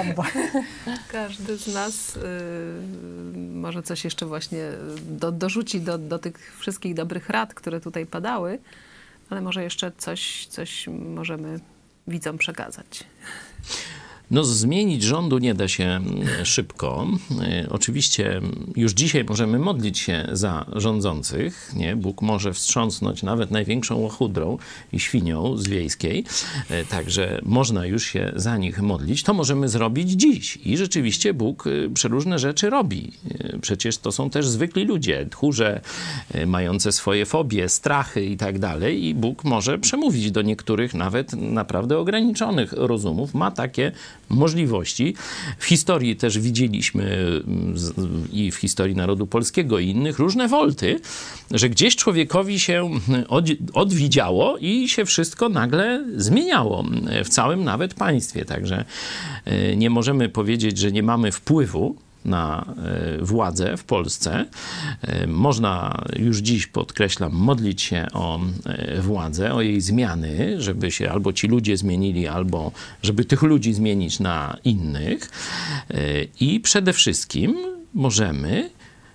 każdy z nas y, może coś jeszcze właśnie do, dorzuci do, do tych wszystkich dobrych rad, które tutaj padały, ale może jeszcze coś, coś możemy widzom przekazać. No zmienić rządu nie da się szybko. Oczywiście już dzisiaj możemy modlić się za rządzących. Nie? Bóg może wstrząsnąć nawet największą łachudrą i świnią z wiejskiej. Także można już się za nich modlić. To możemy zrobić dziś. I rzeczywiście Bóg przeróżne rzeczy robi. Przecież to są też zwykli ludzie, tchórze, mające swoje fobie, strachy i tak dalej. I Bóg może przemówić do niektórych nawet naprawdę ograniczonych rozumów. Ma takie możliwości. W historii też widzieliśmy i w historii narodu polskiego i innych różne wolty, że gdzieś człowiekowi się od, odwidziało i się wszystko nagle zmieniało w całym nawet państwie. Także nie możemy powiedzieć, że nie mamy wpływu na władzę w Polsce. Można już dziś, podkreślam, modlić się o władzę, o jej zmiany, żeby się albo ci ludzie zmienili, albo żeby tych ludzi zmienić na innych. I przede wszystkim możemy,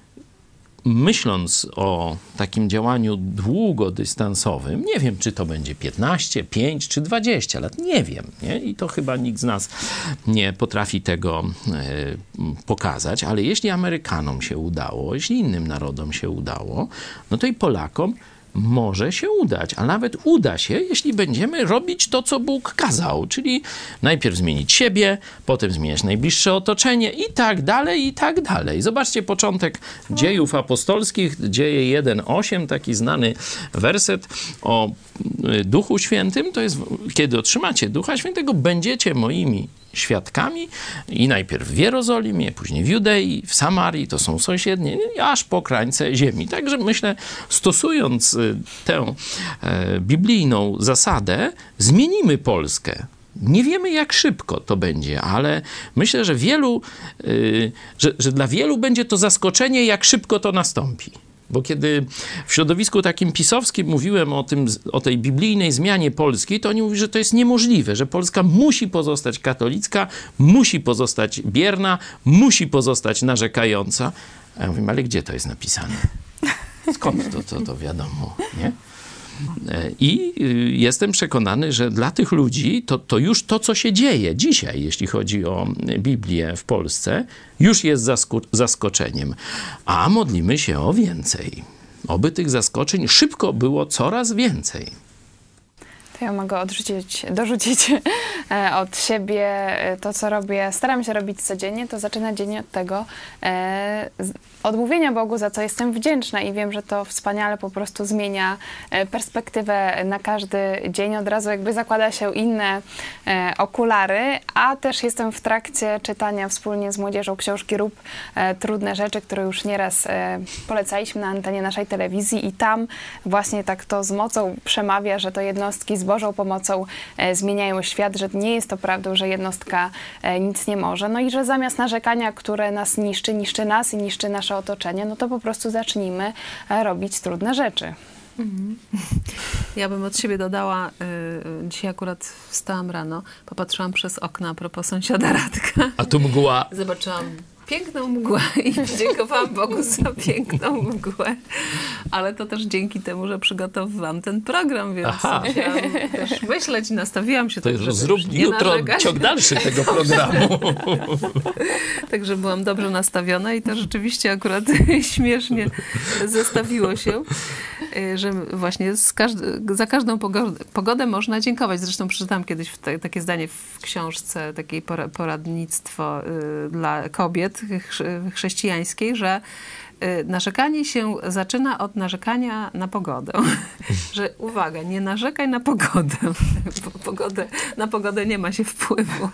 myśląc o takim działaniu długodystansowym, nie wiem, czy to będzie piętnaście, pięć czy dwadzieścia lat, nie wiem, nie? I to chyba nikt z nas nie potrafi tego e, pokazać, ale jeśli Amerykanom się udało, jeśli innym narodom się udało, no to i Polakom może się udać, a nawet uda się, jeśli będziemy robić to, co Bóg kazał, czyli najpierw zmienić siebie, potem zmieniać najbliższe otoczenie i tak dalej, i tak dalej. Zobaczcie początek Dziejów Apostolskich, Dzieje jeden osiem, taki znany werset o Duchu Świętym, to jest, kiedy otrzymacie Ducha Świętego, będziecie moimi świadkami i najpierw w Jerozolimie, później w Judei, w Samarii, to są sąsiednie, aż po krańce ziemi. Także myślę, stosując tę e, biblijną zasadę, zmienimy Polskę. Nie wiemy, jak szybko to będzie, ale myślę, że wielu, y, że, że dla wielu będzie to zaskoczenie, jak szybko to nastąpi. Bo kiedy w środowisku takim pisowskim mówiłem o, tym, o tej biblijnej zmianie Polski, to oni mówili, że to jest niemożliwe, że Polska musi pozostać katolicka, musi pozostać bierna, musi pozostać narzekająca. A ja mówię, ale gdzie to jest napisane? Skąd to, to, to wiadomo, nie? I jestem przekonany, że dla tych ludzi to, to już to, co się dzieje dzisiaj, jeśli chodzi o Biblię w Polsce, już jest zasko- zaskoczeniem. A modlimy się o więcej. Oby tych zaskoczeń szybko było coraz więcej. To ja mogę odrzucić, dorzucić od siebie to, co robię. Staram się robić codziennie, to zaczyna dzień od tego e, odmówienia Bogu, za co jestem wdzięczna i wiem, że to wspaniale po prostu zmienia perspektywę na każdy dzień. Od razu jakby zakłada się inne e, okulary, a też jestem w trakcie czytania wspólnie z młodzieżą książki Rób e, trudne rzeczy, które już nieraz e, polecaliśmy na antenie naszej telewizji i tam właśnie tak to z mocą przemawia, że to jednostki z Bożą pomocą e, zmieniają świat, że nie jest to prawdą, że jednostka e, nic nie może. No i że zamiast narzekania, które nas niszczy, niszczy nas i niszczy nasze otoczenie, no to po prostu zacznijmy e, robić trudne rzeczy. Mhm. Ja bym od siebie dodała, y, dzisiaj akurat wstałam rano, popatrzyłam przez okno a propos sąsiada Radka. A tu mgła. Zobaczyłam piękną mgłę i dziękowałam Bogu za piękną mgłę, ale to też dzięki temu, że przygotowywałam ten program, więc Aha. musiałam też myśleć i nastawiłam się To tak, już żeby zrób nie jutro narzekać. ciąg dalszy tego programu. Także byłam dobrze nastawiona i to rzeczywiście akurat śmiesznie zestawiło się, że właśnie z każdy, za każdą pogodę, pogodę można dziękować. Zresztą przeczytałam kiedyś te, takie zdanie w książce, takiej poradnictwo y, dla kobiet chrze- chrześcijańskiej, że y, narzekanie się zaczyna od narzekania na pogodę. Że uwaga, nie narzekaj na pogodę, bo pogodę, na pogodę nie ma się wpływu.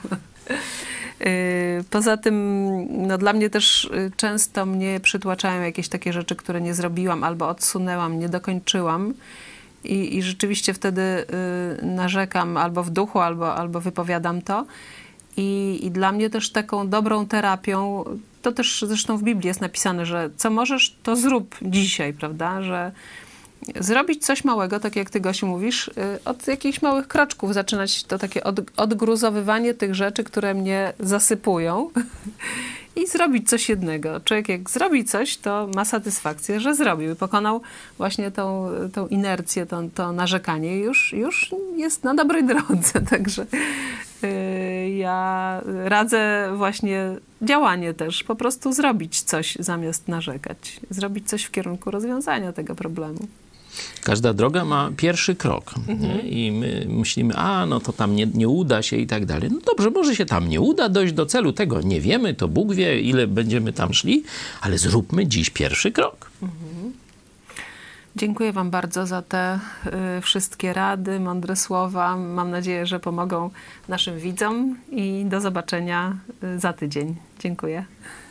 Poza tym, no dla mnie też często mnie przytłaczają jakieś takie rzeczy, które nie zrobiłam albo odsunęłam, nie dokończyłam. I, i rzeczywiście wtedy y, narzekam albo w duchu, albo, albo wypowiadam to. I, I dla mnie też taką dobrą terapią, to też zresztą w Biblii jest napisane, że co możesz, to zrób dzisiaj, prawda? Że zrobić coś małego, tak jak ty, Gosiu, mówisz, od jakichś małych kroczków zaczynać to takie od, odgruzowywanie tych rzeczy, które mnie zasypują i zrobić coś jednego. Człowiek jak zrobi coś, to ma satysfakcję, że zrobił i pokonał właśnie tą, tą inercję, to, to narzekanie i już, już jest na dobrej drodze. Także yy, ja radzę właśnie działanie też, po prostu zrobić coś zamiast narzekać. Zrobić coś w kierunku rozwiązania tego problemu. Każda droga ma pierwszy krok. Nie? I my myślimy, a no to tam nie, nie uda się i tak dalej. No dobrze, może się tam nie uda dojść do celu. Tego nie wiemy, to Bóg wie, ile będziemy tam szli, ale zróbmy dziś pierwszy krok. Mhm. Dziękuję wam bardzo za te y, wszystkie rady, mądre słowa. Mam nadzieję, że pomogą naszym widzom i do zobaczenia y, za tydzień. Dziękuję.